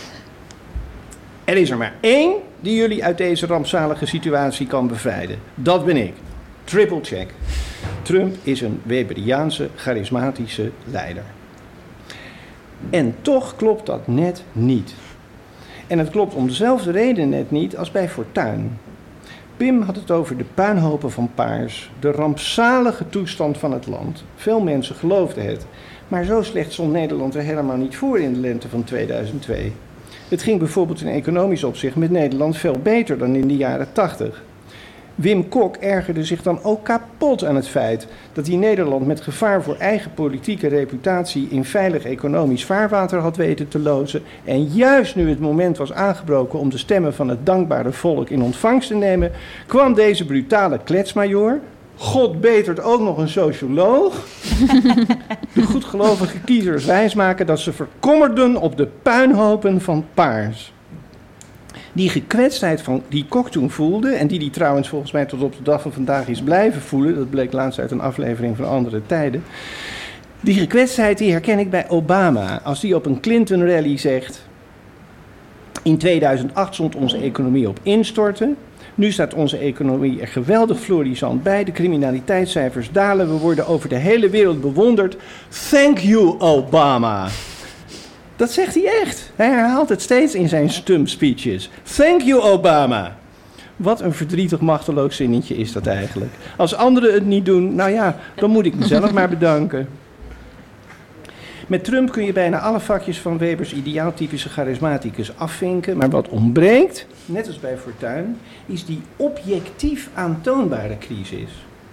Er is er maar één die jullie uit deze rampzalige situatie kan bevrijden. Dat ben ik. Triple check. Trump is een Weberiaanse, charismatische leider. En toch klopt dat net niet. En het klopt om dezelfde reden net niet als bij Fortuyn. Pim had het over de puinhopen van Paars, de rampzalige toestand van het land. Veel mensen geloofden het. Maar zo slecht stond Nederland er helemaal niet voor in de lente van tweeduizend twee. Het ging bijvoorbeeld in economisch opzicht met Nederland veel beter dan in de jaren tachtig. Wim Kok ergerde zich dan ook kapot aan het feit dat hij Nederland met gevaar voor eigen politieke reputatie in veilig economisch vaarwater had weten te loodsen. En juist nu het moment was aangebroken om de stemmen van het dankbare volk in ontvangst te nemen, kwam deze brutale kletsmajoor, God betert ook nog een socioloog, de goedgelovige kiezers wijsmaken dat ze verkommerden op de puinhopen van Paars. Die gekwetstheid van die Kok toen voelde, en die die trouwens volgens mij tot op de dag van vandaag is blijven voelen, dat bleek laatst uit een aflevering van Andere Tijden, die gekwetstheid die herken ik bij Obama, als die op een Clinton-rally zegt, in tweeduizend acht stond onze economie op instorten, nu staat onze economie er geweldig florissant bij, de criminaliteitscijfers dalen, we worden over de hele wereld bewonderd, thank you Obama. Dat zegt hij echt. Hij herhaalt het steeds in zijn stump speeches. Thank you, Obama. Wat een verdrietig machteloos zinnetje is dat eigenlijk. Als anderen het niet doen, nou ja, dan moet ik mezelf maar bedanken. Met Trump kun je bijna alle vakjes van Webers ideaaltypische charismaticus afvinken. Maar wat ontbreekt, net als bij Fortuyn, is die objectief aantoonbare crisis.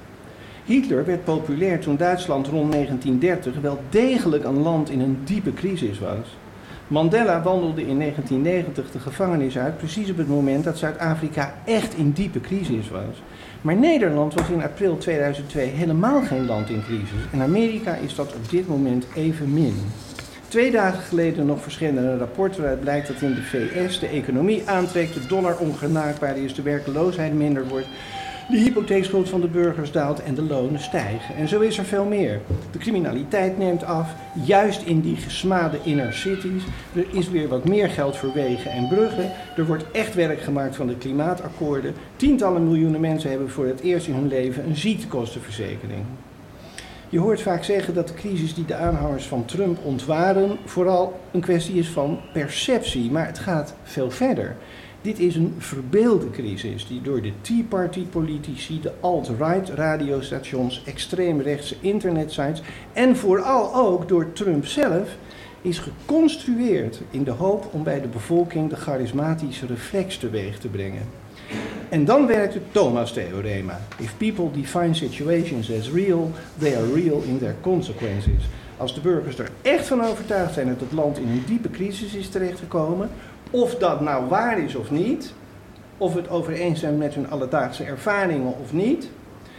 Hitler werd populair toen Duitsland rond negentien dertig wel degelijk een land in een diepe crisis was. Mandela wandelde in negentien negentig de gevangenis uit, precies op het moment dat Zuid-Afrika echt in diepe crisis was. Maar Nederland was in april tweeduizend twee helemaal geen land in crisis. En Amerika is dat op dit moment evenmin. Twee dagen geleden nog verschenen een rapport waaruit blijkt dat in de V S de economie aantrekt, de dollar ongenaakbaar is, de werkloosheid minder wordt, de hypotheekschuld van de burgers daalt en de lonen stijgen. En zo is er veel meer. De criminaliteit neemt af, juist in die gesmade inner cities. Er is weer wat meer geld voor wegen en bruggen. Er wordt echt werk gemaakt van de klimaatakkoorden. Tientallen miljoenen mensen hebben voor het eerst in hun leven een ziektekostenverzekering. Je hoort vaak zeggen dat de crisis die de aanhangers van Trump ontwaren vooral een kwestie is van perceptie, maar het gaat veel verder. Dit is een verbeelde crisis die door de Tea Party politici, de alt-right radiostations, extreemrechtse internetsites en vooral ook door Trump zelf is geconstrueerd in de hoop om bij de bevolking de charismatische reflex teweeg te brengen. En dan werkt het Thomas-theorema. If people define situations as real, they are real in their consequences. Als de burgers er echt van overtuigd zijn dat het land in een diepe crisis is terechtgekomen, of dat nou waar is of niet, of het overeenstemt met hun alledaagse ervaringen of niet,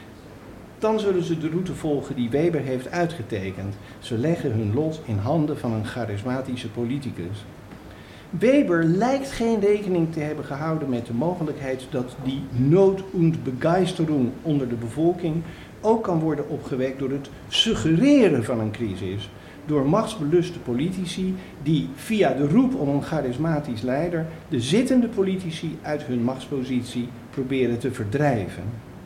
dan zullen ze de route volgen die Weber heeft uitgetekend. Ze leggen hun lot in handen van een charismatische politicus. Weber lijkt geen rekening te hebben gehouden met de mogelijkheid dat die Not und Begeisterung onder de bevolking ook kan worden opgewekt door het suggereren van een crisis. Door machtsbeluste politici die via de roep om een charismatisch leider de zittende politici uit hun machtspositie proberen te verdrijven.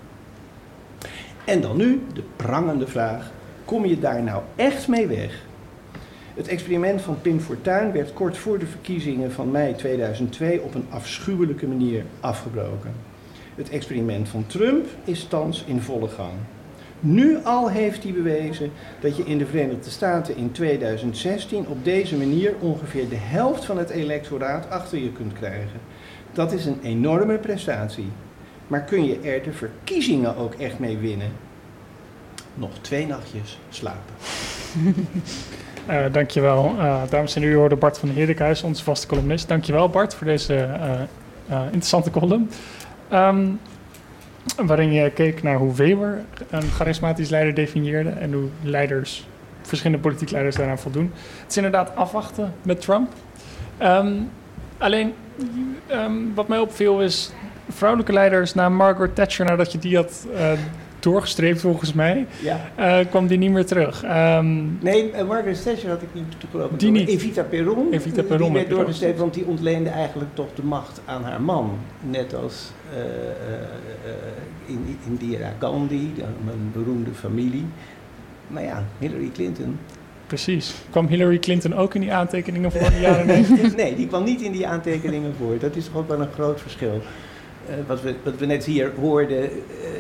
En dan nu de prangende vraag, kom je daar nou echt mee weg? Het experiment van Pim Fortuyn werd kort voor de verkiezingen van mei tweeduizend twee op een afschuwelijke manier afgebroken. Het experiment van Trump is thans in volle gang. Nu al heeft hij bewezen dat je in de Verenigde Staten in tweeduizend zestien op deze manier ongeveer de helft van het electoraat achter je kunt krijgen. Dat is een enorme prestatie. Maar kun je er de verkiezingen ook echt mee winnen? Nog twee nachtjes slapen. Uh, dankjewel. Uh, dames en heren, u hoorde Bart van Heerlijkhuis, onze vaste columnist. Dankjewel Bart voor deze uh, uh, interessante column. Um, waarin je keek naar hoe Weber een charismatisch leider definieerde en hoe leiders, verschillende politieke leiders daaraan voldoen. Het is inderdaad afwachten met Trump. Um, alleen, um, wat mij opviel is, vrouwelijke leiders na Margaret Thatcher, nadat je die had uh, doorgestreept volgens mij, ja. uh, kwam die niet meer terug. Um, nee, uh, Margaret Thatcher had ik niet toegelopen. Die niet. Evita Peron, Evita Peron die werd doorgestreept, want die ontleende eigenlijk toch de macht aan haar man. Net als uh, uh, uh, Indira Gandhi, een beroemde familie. Maar ja, Hillary Clinton. Precies. Kwam Hillary Clinton ook in die aantekeningen voor in de jaren negentig? Nee, die kwam niet in die aantekeningen voor. Dat is toch ook wel een groot verschil. Uh, wat, we, wat we net hier hoorden. Uh,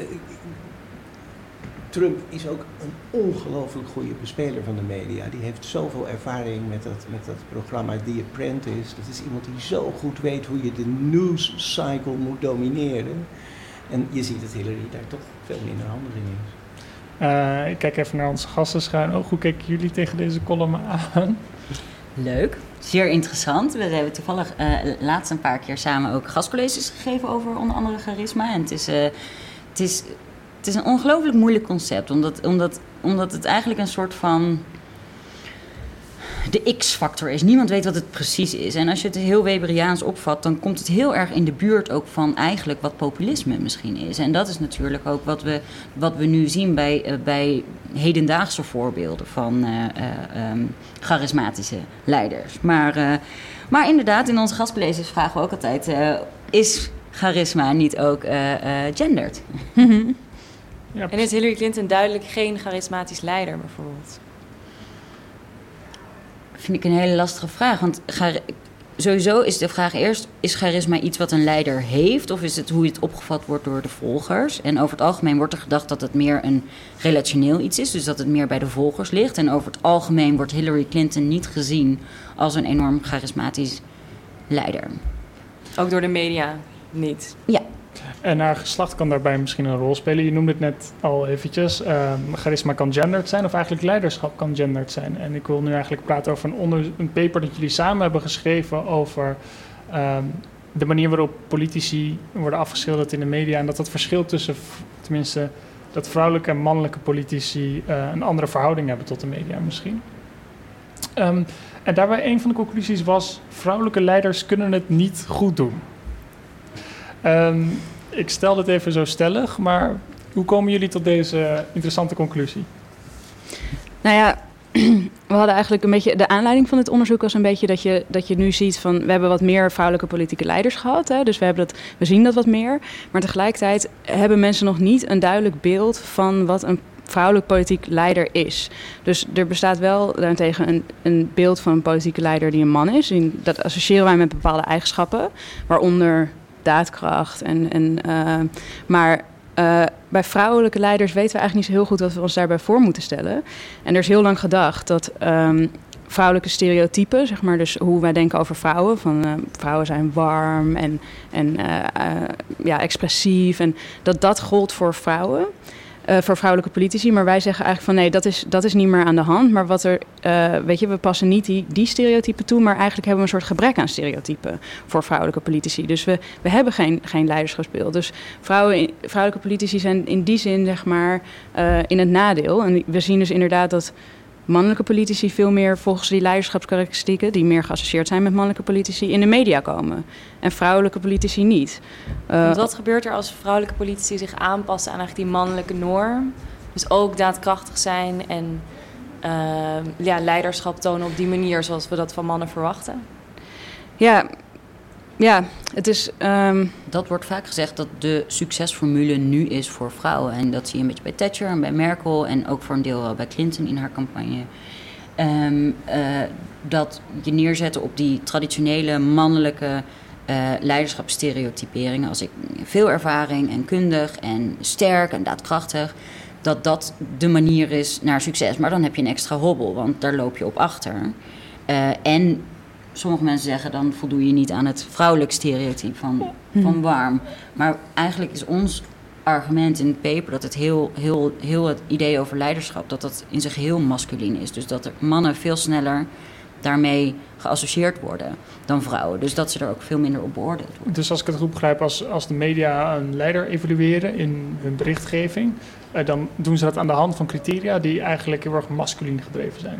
Trump is ook een ongelooflijk goede bespeler van de media. Die heeft zoveel ervaring met dat, met dat programma The Apprentice. Dat is iemand die zo goed weet hoe je de news cycle moet domineren. En je ziet dat Hillary daar toch veel minder handig in is. Uh, ik kijk even naar onze gasten schuin. Oh, hoe keken jullie tegen deze column aan? Leuk, zeer interessant. We hebben toevallig uh, laatst een paar keer samen ook gastcolleges gegeven over onder andere charisma. En het is, uh, het is, het is een ongelooflijk moeilijk concept, omdat, omdat, omdat het eigenlijk een soort van de X-factor is. Niemand weet wat het precies is. En als je het heel Weberiaans opvat, dan komt het heel erg in de buurt ook van eigenlijk wat populisme misschien is. En dat is natuurlijk ook wat we, wat we nu zien bij, uh, bij hedendaagse voorbeelden van uh, uh, um, charismatische leiders. Maar, uh, maar inderdaad, in onze gastcolleges vragen we ook altijd, uh, is charisma niet ook uh, uh, gendered? Ja, en is Hillary Clinton duidelijk geen charismatisch leider bijvoorbeeld? Vind ik een hele lastige vraag, want sowieso is de vraag eerst, is charisma iets wat een leider heeft, of is het hoe het opgevat wordt door de volgers? En over het algemeen wordt er gedacht dat het meer een relationeel iets is, dus dat het meer bij de volgers ligt. En over het algemeen wordt Hillary Clinton niet gezien als een enorm charismatisch leider. Ook door de media niet. Ja. En haar geslacht kan daarbij misschien een rol spelen. Je noemde het net al eventjes. Uh, charisma kan gendered zijn, of eigenlijk leiderschap kan gendered zijn. En ik wil nu eigenlijk praten over een, onder, een paper dat jullie samen hebben geschreven over uh, de manier waarop politici worden afgeschilderd in de media. En dat dat verschil tussen, tenminste, dat vrouwelijke en mannelijke politici uh, een andere verhouding hebben tot de media misschien. Um, en daarbij een van de conclusies was, vrouwelijke leiders kunnen het niet goed doen. Um, ik stel dit even zo stellig, maar hoe komen jullie tot deze interessante conclusie? Nou ja, we hadden eigenlijk een beetje... De aanleiding van dit onderzoek was een beetje dat je, dat je nu ziet van... We hebben wat meer vrouwelijke politieke leiders gehad. Hè, dus we, hebben dat, we zien dat wat meer. Maar tegelijkertijd hebben mensen nog niet een duidelijk beeld van wat een vrouwelijk politiek leider is. Dus er bestaat wel daarentegen een, een beeld van een politieke leider die een man is. En dat associëren wij met bepaalde eigenschappen, waaronder daadkracht. En, en, uh, maar uh, bij vrouwelijke leiders weten we eigenlijk niet zo heel goed wat we ons daarbij voor moeten stellen. En er is heel lang gedacht dat um, vrouwelijke stereotypen, zeg maar, dus hoe wij denken over vrouwen, van uh, vrouwen zijn warm en, en uh, uh, ja, expressief, en dat dat gold voor vrouwen. Uh, voor vrouwelijke politici, maar wij zeggen eigenlijk van nee, dat is, dat is niet meer aan de hand. Maar wat er, uh, weet je, we passen niet die, die stereotypen toe, maar eigenlijk hebben we een soort gebrek aan stereotypen voor vrouwelijke politici. Dus we, we hebben geen, geen leiderschapsbeeld. Dus vrouwen, vrouwelijke politici zijn in die zin, zeg maar, uh, in het nadeel. En we zien dus inderdaad dat mannelijke politici veel meer volgens die leiderschapskarakteristieken, die meer geassocieerd zijn met mannelijke politici, in de media komen. En vrouwelijke politici niet. Uh, Want wat gebeurt er als vrouwelijke politici zich aanpassen aan eigenlijk die mannelijke norm? Dus ook daadkrachtig zijn en uh, ja, leiderschap tonen op die manier zoals we dat van mannen verwachten? Ja, ja het is... Um... Dat wordt vaak gezegd dat de succesformule nu is voor vrouwen. En dat zie je een beetje bij Thatcher en bij Merkel en ook voor een deel bij Clinton in haar campagne. Um, uh, dat je neerzetten op die traditionele mannelijke uh, leiderschapsstereotyperingen. Als ik veel ervaring en kundig en sterk en daadkrachtig, dat dat de manier is naar succes. Maar dan heb je een extra hobbel, want daar loop je op achter. Uh, en sommige mensen zeggen dan voldoe je niet aan het vrouwelijk stereotype van, van warm. Maar eigenlijk is ons argument in het paper dat het heel, heel, heel het idee over leiderschap, dat dat in zijn geheel masculien is. Dus dat er mannen veel sneller daarmee geassocieerd worden dan vrouwen. Dus dat ze er ook veel minder op beoordeeld worden. Dus als ik het goed begrijp, als, als de media een leider evalueren in hun berichtgeving, eh, dan doen ze dat aan de hand van criteria die eigenlijk heel erg masculien gedreven zijn.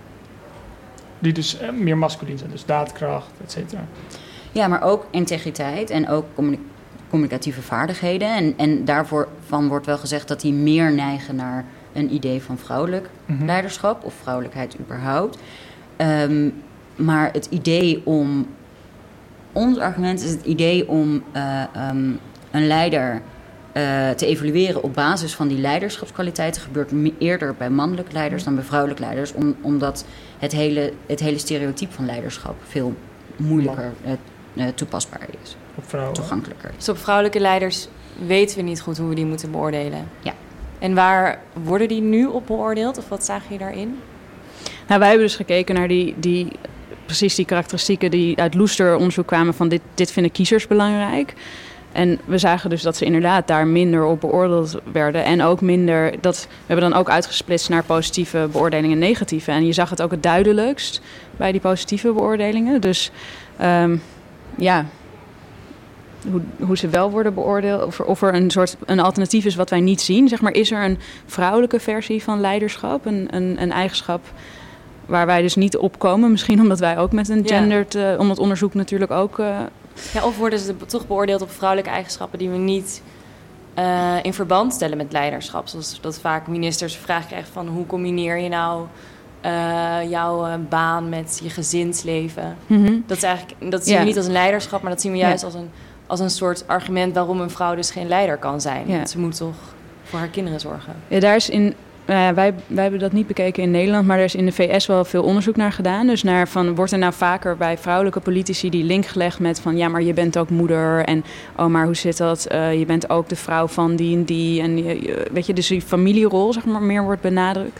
Die dus eh, meer masculien zijn, dus daadkracht, et cetera. Ja, maar ook integriteit en ook communi- communicatieve vaardigheden. En, en daarvoor van wordt wel gezegd dat die meer neigen naar een idee van vrouwelijk mm-hmm. leiderschap of vrouwelijkheid überhaupt. Um, maar het idee om... Ons argument is het idee om uh, um, een leider uh, te evalueren op basis van die leiderschapskwaliteiten gebeurt me- eerder bij mannelijke leiders dan bij vrouwelijke leiders. Om, omdat het hele, het hele stereotype van leiderschap veel moeilijker uh, uh, toepasbaar is. Op vrouwen. Toegankelijker. Dus op vrouwelijke leiders weten we niet goed hoe we die moeten beoordelen. Ja. En waar worden die nu op beoordeeld? Of wat zagen je daarin? Nou, wij hebben dus gekeken naar die, die, precies die karakteristieken die uit Looster onderzoek kwamen van dit, dit vinden kiezers belangrijk. En we zagen dus dat ze inderdaad daar minder op beoordeeld werden. En ook minder, dat, we hebben dan ook uitgesplitst naar positieve beoordelingen en negatieve. En je zag het ook het duidelijkst bij die positieve beoordelingen. Dus um, ja, hoe, hoe ze wel worden beoordeeld. Of er, of er een soort een alternatief is wat wij niet zien. Zeg maar, is er een vrouwelijke versie van leiderschap? Een, een, een eigenschap waar wij dus niet op komen. Misschien omdat wij ook met een gendered, uh, om het onderzoek natuurlijk ook... Uh, Ja, of worden ze toch beoordeeld op vrouwelijke eigenschappen die we niet uh, in verband stellen met leiderschap. Zoals dat vaak ministers de vraag krijgen van hoe combineer je nou uh, jouw uh, baan met je gezinsleven. Mm-hmm. Dat is eigenlijk, dat zien ja. we niet als een leiderschap, maar dat zien we juist ja. als, een, als een soort argument waarom een vrouw dus geen leider kan zijn. Ja. Want ze moet toch voor haar kinderen zorgen. Ja, daar is in, nou ja, wij, wij hebben dat niet bekeken in Nederland, maar er is in de V S wel veel onderzoek naar gedaan. Dus naar van, wordt er nou vaker bij vrouwelijke politici die link gelegd met van ja, maar je bent ook moeder en oh, maar hoe zit dat? Uh, je bent ook de vrouw van die en die. En je, weet je, dus die familierol zeg maar meer wordt benadrukt.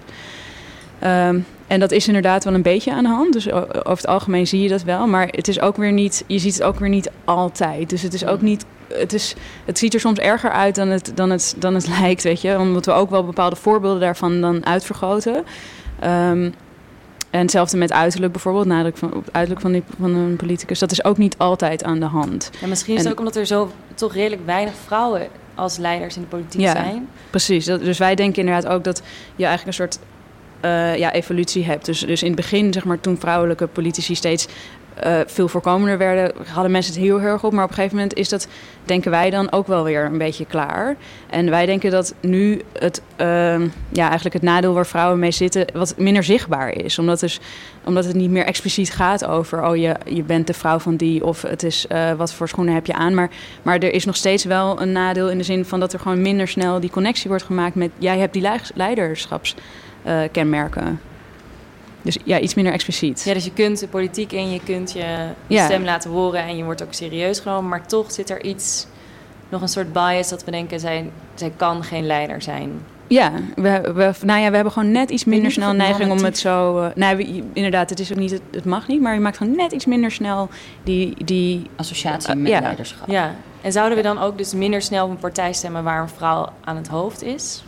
Um, en dat is inderdaad wel een beetje aan de hand. Dus over het algemeen zie je dat wel. Maar het is ook weer niet, je ziet het ook weer niet altijd. Dus het is ook niet, het, is, het ziet er soms erger uit dan het, dan, het, dan het lijkt, weet je. Omdat we ook wel bepaalde voorbeelden daarvan dan uitvergroten. Um, en hetzelfde met uiterlijk bijvoorbeeld, nadruk van, op het uiterlijk van, die, van een politicus. Dat is ook niet altijd aan de hand. Ja, misschien is het en, ook omdat er zo toch redelijk weinig vrouwen als leiders in de politiek ja, zijn. Precies. Dat, dus wij denken inderdaad ook dat je eigenlijk een soort Uh, ja, evolutie hebt. Dus, dus in het begin, zeg maar, toen vrouwelijke politici steeds uh, veel voorkomender werden, hadden mensen het heel erg op. Maar op een gegeven moment is dat, denken wij dan, ook wel weer een beetje klaar. En wij denken dat nu het, uh, ja, eigenlijk het nadeel waar vrouwen mee zitten wat minder zichtbaar is. Omdat, dus, omdat het niet meer expliciet gaat over, oh, je, je bent de vrouw van die, of het is, uh, wat voor schoenen heb je aan. Maar, maar er is nog steeds wel een nadeel in de zin van dat er gewoon minder snel die connectie wordt gemaakt met, jij hebt die leiderschaps Uh, kenmerken. Dus ja, iets minder expliciet. Ja, dus je kunt de politiek in, je kunt je ja. stem laten horen en je wordt ook serieus genomen, maar toch zit er iets, nog een soort bias dat we denken, zij, zij kan geen leider zijn. Ja, we, we, nou ja, we hebben gewoon net iets minder snel neiging om het zo... Uh, nou, we, inderdaad, het is ook niet, het, het mag niet, maar je maakt gewoon net iets minder snel die... die associatie met uh, ja. leiderschap. Ja, en zouden we dan ook dus minder snel op een partij stemmen waar een vrouw aan het hoofd is?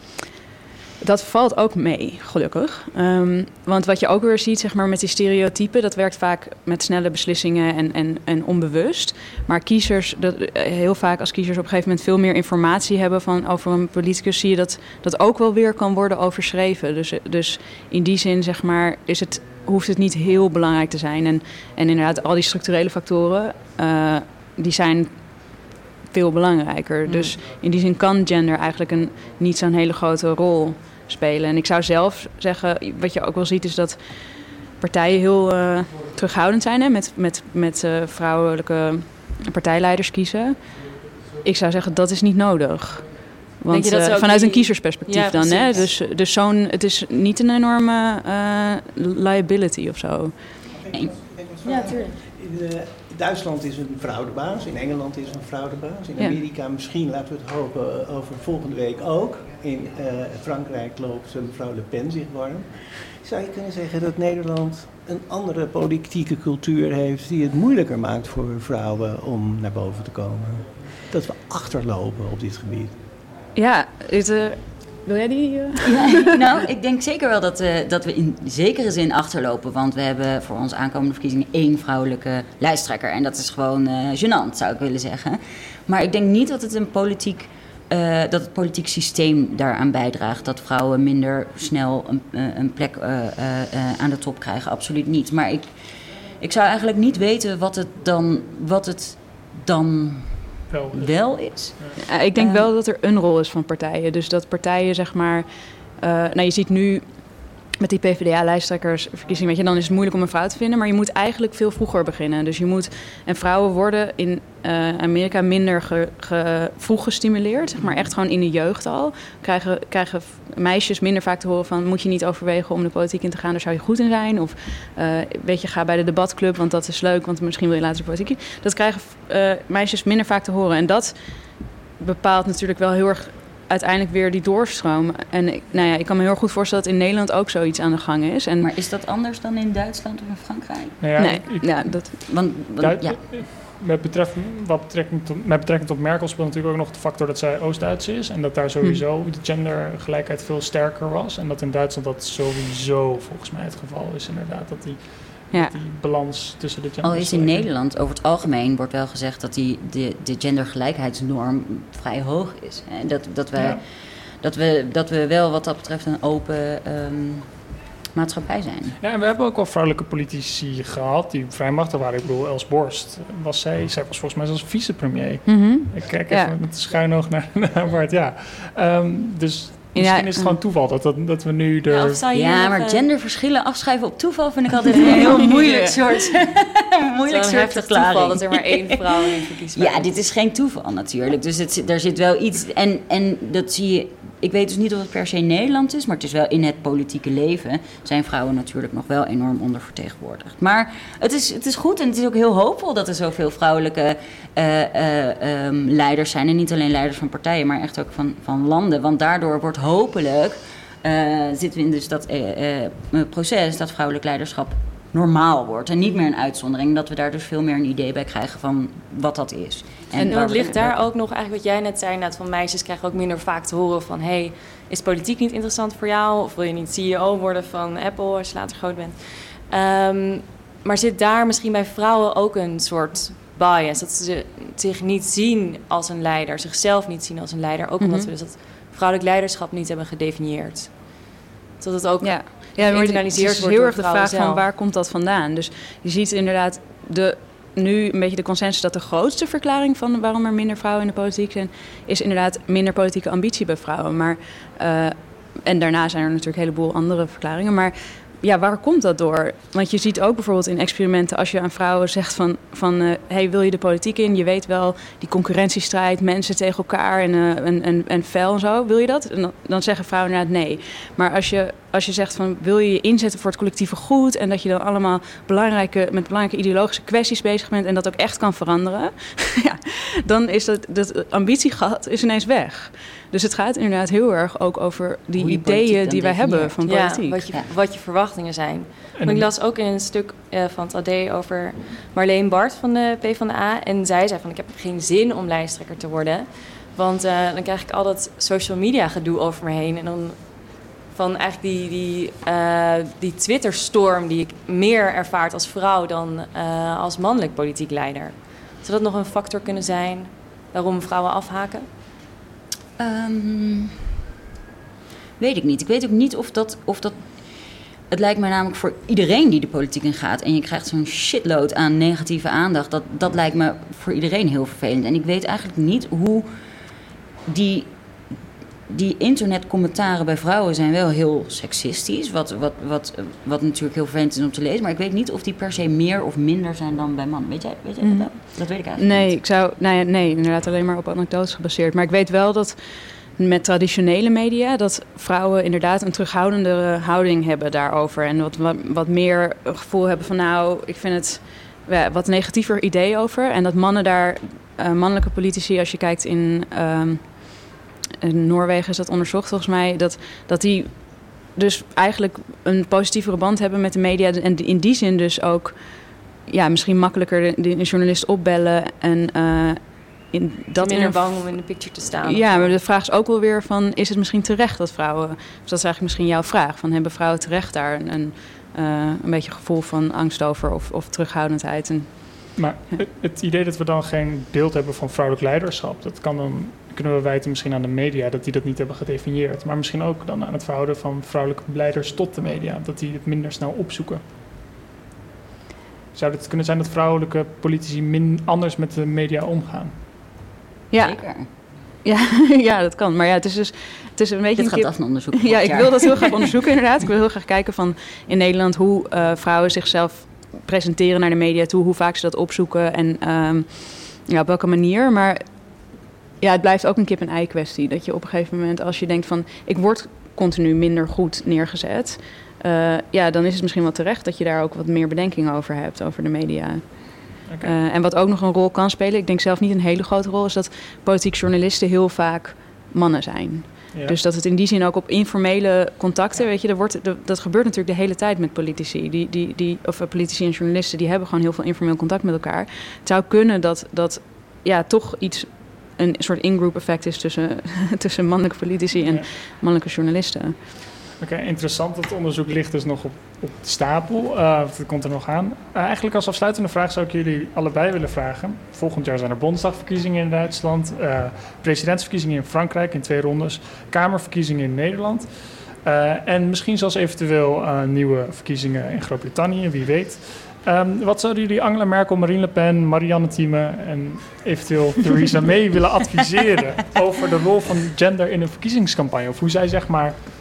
Dat valt ook mee, gelukkig. Um, want wat je ook weer ziet, zeg maar, met die stereotypen, dat werkt vaak met snelle beslissingen en, en, en onbewust. Maar kiezers, dat, heel vaak als kiezers op een gegeven moment veel meer informatie hebben van, over een politicus, zie je dat dat ook wel weer kan worden overschreven. Dus, dus in die zin, zeg maar, is het, hoeft het niet heel belangrijk te zijn. En, en inderdaad, al die structurele factoren, uh, die zijn veel belangrijker. Mm. Dus in die zin kan gender eigenlijk een, niet zo'n hele grote rol spelen. En ik zou zelf zeggen, wat je ook wel ziet, is dat partijen heel uh, terughoudend zijn hè, met, met, met uh, vrouwelijke partijleiders kiezen. Ik zou zeggen, dat is niet nodig. Want uh, vanuit die... een kiezersperspectief ja, dan. Hè? Dus, dus zo'n, het is niet een enorme uh, liability of zo. Ja, tuurlijk. In Duitsland is een vrouw de baas, in Engeland is een vrouw de baas, in Amerika ja. misschien, laten we het hopen, over volgende week ook. In uh, Frankrijk loopt mevrouw Le Pen zich warm. Zou je kunnen zeggen dat Nederland een andere politieke cultuur heeft die het moeilijker maakt voor vrouwen om naar boven te komen? Dat we achterlopen op dit gebied. Ja, het... Uh... Wil jij die? Uh... Ja, nou, ik denk zeker wel dat, uh, dat we in zekere zin achterlopen. Want we hebben voor onze aankomende verkiezingen één vrouwelijke lijsttrekker. En dat is gewoon uh, gênant, zou ik willen zeggen. Maar ik denk niet dat het een politiek, uh, dat het politiek systeem daaraan bijdraagt. Dat vrouwen minder snel een, uh, een plek uh, uh, uh, aan de top krijgen. Absoluut niet. Maar ik, ik zou eigenlijk niet weten wat het dan... Wat het dan Wel is. wel is. Ja, ik denk uh, wel dat er een rol is van partijen. Dus dat partijen, zeg maar... Uh, nou, je ziet nu met die P v d A-lijsttrekkersverkiezing, weet je, dan is het moeilijk om een vrouw te vinden. Maar je moet eigenlijk veel vroeger beginnen. Dus je moet... En vrouwen worden in uh, Amerika minder ge, ge, vroeg gestimuleerd. Zeg maar echt gewoon in de jeugd al. Krijgen, krijgen meisjes minder vaak te horen van... moet je niet overwegen om de politiek in te gaan, daar zou je goed in zijn. Of uh, weet je, ga bij de debatclub, want dat is leuk, want misschien wil je later de politiek in. Dat krijgen uh, meisjes minder vaak te horen. En dat bepaalt natuurlijk wel heel erg uiteindelijk weer die doorstroom. En nou ja, ik kan me heel goed voorstellen dat in Nederland ook zoiets aan de gang is. En maar is dat anders dan in Duitsland of in Frankrijk? Nou ja, nee, ik, ja, dat... Want, want, ja. Met, betreft, wat betrekking tot, met betrekking tot Merkel speelt natuurlijk ook nog de factor dat zij Oost-Duits is. En dat daar sowieso hm. de gendergelijkheid veel sterker was. En dat in Duitsland dat sowieso volgens mij het geval is inderdaad. Dat die, ja. dat die balans tussen de genders... Al is in Nederland over het algemeen wordt wel gezegd dat die, de, de gendergelijkheidsnorm vrij hoog is. En dat, dat, wij, ja. dat, we, dat we wel wat dat betreft een open... Um, maatschappij zijn. Ja, en we hebben ook wel vrouwelijke politici gehad die vrij machtig waren. Ik bedoel, Els Borst, was zij, zij was volgens mij zelfs vicepremier. Mm-hmm. Ik kijk even ja. met de schuin oog naar, naar Bart, ja. Um, dus misschien ja, is het gewoon toeval dat, dat, dat we nu er... Ja, ja maar genderverschillen afschrijven op toeval vind ik altijd een heel moeilijk soort... moeilijk soort verklaring. Toeval dat er maar één vrouw in verkiesbaar is. Ja, dit is geen toeval natuurlijk. Dus het, er zit wel iets... En, en dat zie je... ik weet dus niet of het per se Nederland is, maar het is wel in het politieke leven zijn vrouwen natuurlijk nog wel enorm ondervertegenwoordigd. Maar het is, het is goed en het is ook heel hoopvol dat er zoveel vrouwelijke uh, uh, um, leiders zijn. En niet alleen leiders van partijen, maar echt ook van, van landen. Want daardoor wordt hopelijk, uh, zitten we in dus dat uh, uh, proces dat vrouwelijk leiderschap normaal wordt en niet meer een uitzondering. Dat we daar dus veel meer een idee bij krijgen van wat dat is. En, en ligt daar ook nog eigenlijk wat jij net zei, net van meisjes krijgen ook minder vaak te horen van hey, is politiek niet interessant voor jou? Of wil je niet C E O worden van Apple als je later groot bent? Um, maar zit daar misschien bij vrouwen ook een soort bias? Dat ze zich niet zien als een leider, zichzelf niet zien als een leider. Ook omdat mm-hmm. we dus dat vrouwelijk leiderschap niet hebben gedefinieerd. Dat het ook... Ja. Ja, maar het is heel erg de vraag zelf. Van waar komt dat vandaan? Dus je ziet inderdaad de, nu een beetje de consensus dat de grootste verklaring van waarom er minder vrouwen in de politiek zijn, is inderdaad minder politieke ambitie bij vrouwen. Maar, uh, en daarna zijn er natuurlijk een heleboel andere verklaringen. Maar ja, waar komt dat door? Want je ziet ook bijvoorbeeld in experimenten, als je aan vrouwen zegt van, van uh, hey, wil je de politiek in? Je weet wel, die concurrentiestrijd, mensen tegen elkaar en, uh, en, en, en vuil en zo. Wil je dat? En dan, dan zeggen vrouwen inderdaad nee. Maar als je, als je zegt van, wil je je inzetten voor het collectieve goed en dat je dan allemaal belangrijke, met belangrijke ideologische kwesties bezig bent en dat ook echt kan veranderen, ja, dan is dat, dat ambitiegat is ineens weg. Dus het gaat inderdaad heel erg ook over die ideeën die wij hebben van politiek. Ja, wat je, ja. wat je verwachtingen zijn. En ik las ook in een stuk uh, van het A D over Marleen Bart van de PvdA. En zij zei van, ik heb geen zin om lijsttrekker te worden. Want uh, dan krijg ik al dat social media gedoe over me heen. En dan van eigenlijk die, die, uh, die Twitter-storm die ik meer ervaart als vrouw dan uh, als mannelijk politiek leider. Zou dat nog een factor kunnen zijn waarom vrouwen afhaken? Um, weet ik niet. Ik weet ook niet of dat, of dat... Het lijkt me namelijk voor iedereen die de politiek in gaat en je krijgt zo'n shitload aan negatieve aandacht, dat, dat lijkt me voor iedereen heel vervelend. En ik weet eigenlijk niet hoe die, die internetcommentaren bij vrouwen zijn wel heel seksistisch, wat, wat, wat, wat natuurlijk heel vervelend is om te lezen, maar ik weet niet of die per se meer of minder zijn dan bij mannen. Weet jij, weet jij mm. dat? Dat weet ik eigenlijk nee, niet. Ik zou, nou ja, nee, inderdaad alleen maar op anekdotes gebaseerd. Maar ik weet wel dat met traditionele media dat vrouwen inderdaad een terughoudende houding hebben daarover. En wat, wat, wat meer gevoel hebben van nou, ik vind het ja, wat negatiever idee over. En dat mannen daar, uh, mannelijke politici, als je kijkt in, um, in Noorwegen is dat onderzocht volgens mij, dat, dat die dus eigenlijk een positievere band hebben met de media. En in die zin dus ook ja, misschien makkelijker de, de journalist opbellen en uh, in dat minder bang om in de picture te staan. Ja, maar de vraag is ook wel weer van, is het misschien terecht dat vrouwen, dus dat is eigenlijk misschien jouw vraag, van hebben vrouwen terecht daar een, een, uh, een beetje gevoel van angst over of, of terughoudendheid? En, maar ja. het, het idee dat we dan geen beeld hebben van vrouwelijk leiderschap, dat kan dan, kunnen we wijten misschien aan de media, dat die dat niet hebben gedefinieerd. Maar misschien ook dan aan het verhouden van vrouwelijke leiders tot de media, dat die het minder snel opzoeken. Zou het kunnen zijn dat vrouwelijke politici min anders met de media omgaan? Ja. Zeker. Ja, ja, dat kan. Maar ja, het is dus het is een beetje. Dit gaat af een onderzoek. Ja, ik wil dat heel graag onderzoeken inderdaad. Ik wil heel graag kijken van in Nederland hoe uh, vrouwen zichzelf presenteren naar de media toe, hoe vaak ze dat opzoeken en um, ja, op welke manier. Maar ja, het blijft ook een kip-en-ei kwestie. Dat je op een gegeven moment, als je denkt van ik word continu minder goed neergezet, uh, ja, dan is het misschien wel terecht dat je daar ook wat meer bedenking over hebt, over de media. Okay. Uh, en wat ook nog een rol kan spelen, ik denk zelf niet een hele grote rol, is dat politiek journalisten heel vaak mannen zijn. Ja. Dus dat het in die zin ook op informele contacten, ja. weet je, er wordt, de, dat gebeurt natuurlijk de hele tijd met politici. Die, die, die, of uh, politici en journalisten, die hebben gewoon heel veel informeel contact met elkaar. Het zou kunnen dat, dat ja, toch iets, een soort in-group effect is tussen, tussen mannelijke politici en ja. mannelijke journalisten. Oké, okay, interessant. Het onderzoek ligt dus nog op, op de stapel. Uh, dat komt er nog aan. Uh, eigenlijk als afsluitende vraag zou ik jullie allebei willen vragen. Volgend jaar zijn er Bondsdagverkiezingen in Duitsland. Uh, presidentsverkiezingen in Frankrijk in twee rondes. Kamerverkiezingen in Nederland. Uh, en misschien zelfs eventueel uh, nieuwe verkiezingen in Groot-Brittannië, wie weet. Um, wat zouden jullie Angela Merkel, Marine Le Pen, Marianne Thieme en eventueel Theresa May willen adviseren over de rol van gender in een verkiezingscampagne? Of hoe zij zeg maar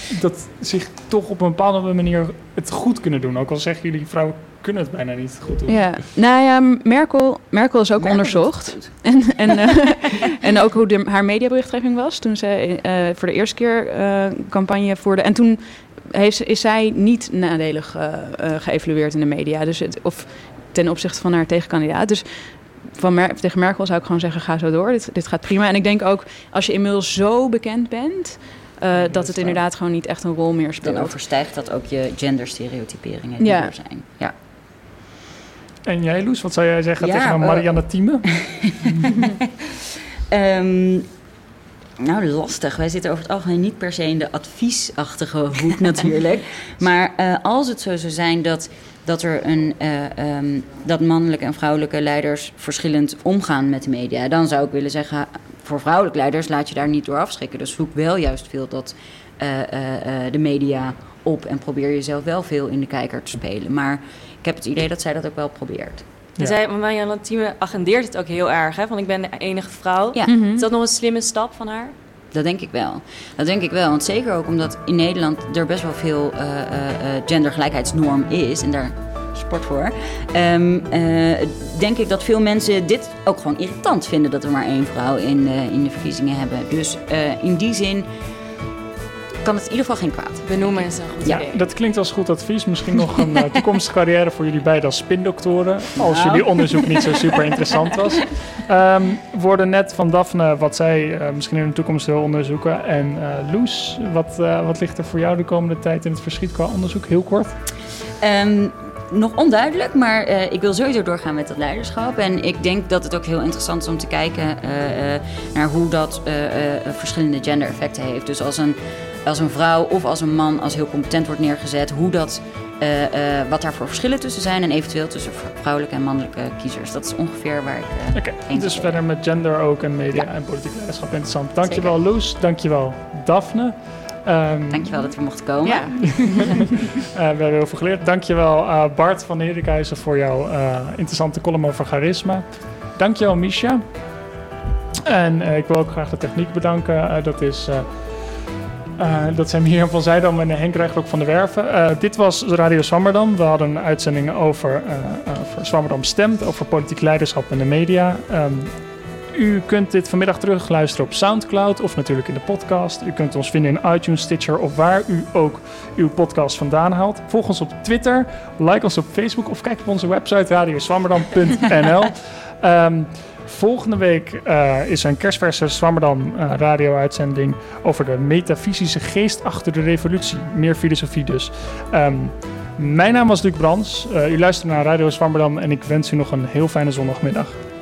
dat zich toch op een bepaalde manier het goed kunnen doen. Ook al zeggen jullie, vrouwen kunnen het bijna niet goed doen. Ja, nou ja, Merkel, Merkel is ook Merkel onderzocht. En, en, uh, en ook hoe de, haar mediaberichtgeving was toen ze uh, voor de eerste keer uh, campagne voerde. En toen heeft, is zij niet nadelig uh, uh, geëvalueerd in de media. Dus het, of ten opzichte van haar tegenkandidaat. Dus van Mer- tegen Merkel zou ik gewoon zeggen, ga zo door. Dit, dit gaat prima. En ik denk ook, als je inmiddels zo bekend bent, Uh, ja, dat het inderdaad gewoon niet echt een rol meer speelt. Dan overstijgt dat ook je genderstereotyperingen die ja. er zijn. Ja. En jij, Loes, wat zou jij zeggen ja, tegen Marianne uh, Thieme? um, nou, lastig. Wij zitten over het algemeen niet per se in de adviesachtige hoek natuurlijk. Maar uh, als het zo zou zijn dat, dat er een uh, um, dat mannelijke en vrouwelijke leiders verschillend omgaan met de media, dan zou ik willen zeggen, voor vrouwelijke leiders laat je daar niet door afschrikken. Dus zoek wel juist veel dat uh, uh, uh, de media op en probeer jezelf wel veel in de kijker te spelen. Maar ik heb het idee dat zij dat ook wel probeert. Ja. Zij, Marianne Thieme agendeert het ook heel erg, hè? Van ik ben de enige vrouw. Ja. Mm-hmm. Is dat nog een slimme stap van haar? Dat denk ik wel. Dat denk ik wel. Want zeker ook omdat in Nederland er best wel veel uh, uh, gendergelijkheidsnorm is. En daar sport voor. Um, uh, denk ik dat veel mensen dit ook gewoon irritant vinden dat we maar één vrouw in, uh, in de verkiezingen hebben. Dus uh, in die zin kan het in ieder geval geen kwaad. Benoemen is een goed ja, idee. Dat klinkt als goed advies. Misschien nog een uh, toekomstige carrière voor jullie beiden als spindoktoren. Als nou. jullie onderzoek niet zo super interessant was. Um, we hoorden net van Daphne wat zij uh, misschien in de toekomst wil onderzoeken. En uh, Loes, wat, uh, wat ligt er voor jou de komende tijd in het verschiet qua onderzoek? Heel kort. Um, Nog onduidelijk, maar uh, ik wil sowieso doorgaan met dat leiderschap. En ik denk dat het ook heel interessant is om te kijken uh, uh, naar hoe dat uh, uh, verschillende gender-effecten heeft. Dus als een, als een vrouw of als een man als heel competent wordt neergezet, hoe dat, uh, uh, wat daar voor verschillen tussen zijn en eventueel tussen vrouwelijke en mannelijke kiezers. Dat is ongeveer waar ik uh, Oké, okay, dus verder met gender ook en media ja. en politiek leiderschap interessant. Dankjewel Zeker. Loes, dankjewel Daphne. Um, Dankjewel dat we mochten komen. Ja. uh, we hebben heel veel geleerd. Dankjewel uh, Bart van Herikhuizen voor jouw uh, interessante column over charisma. Dankjewel Misha. En uh, ik wil ook graag de techniek bedanken. Uh, dat, is, uh, uh, dat zijn Mirjam van Zijdam en Henk Rijgelok van der Werven. Uh, dit was Radio Zwammerdam. We hadden een uitzending over, uh, uh, over Zwammerdam Stemt, over politiek leiderschap en de media. Um, U kunt dit vanmiddag terug luisteren op Soundcloud of natuurlijk in de podcast. U kunt ons vinden in iTunes, Stitcher of waar u ook uw podcast vandaan haalt. Volg ons op Twitter, like ons op Facebook of kijk op onze website radio zwammerdam punt n l. um, volgende week uh, is er een kerstverse Zwammerdam uh, radio-uitzending over de metafysische geest achter de revolutie. Meer filosofie dus. Um, mijn naam was Luc Brands. Uh, u luistert naar Radio Zwammerdam en ik wens u nog een heel fijne zondagmiddag.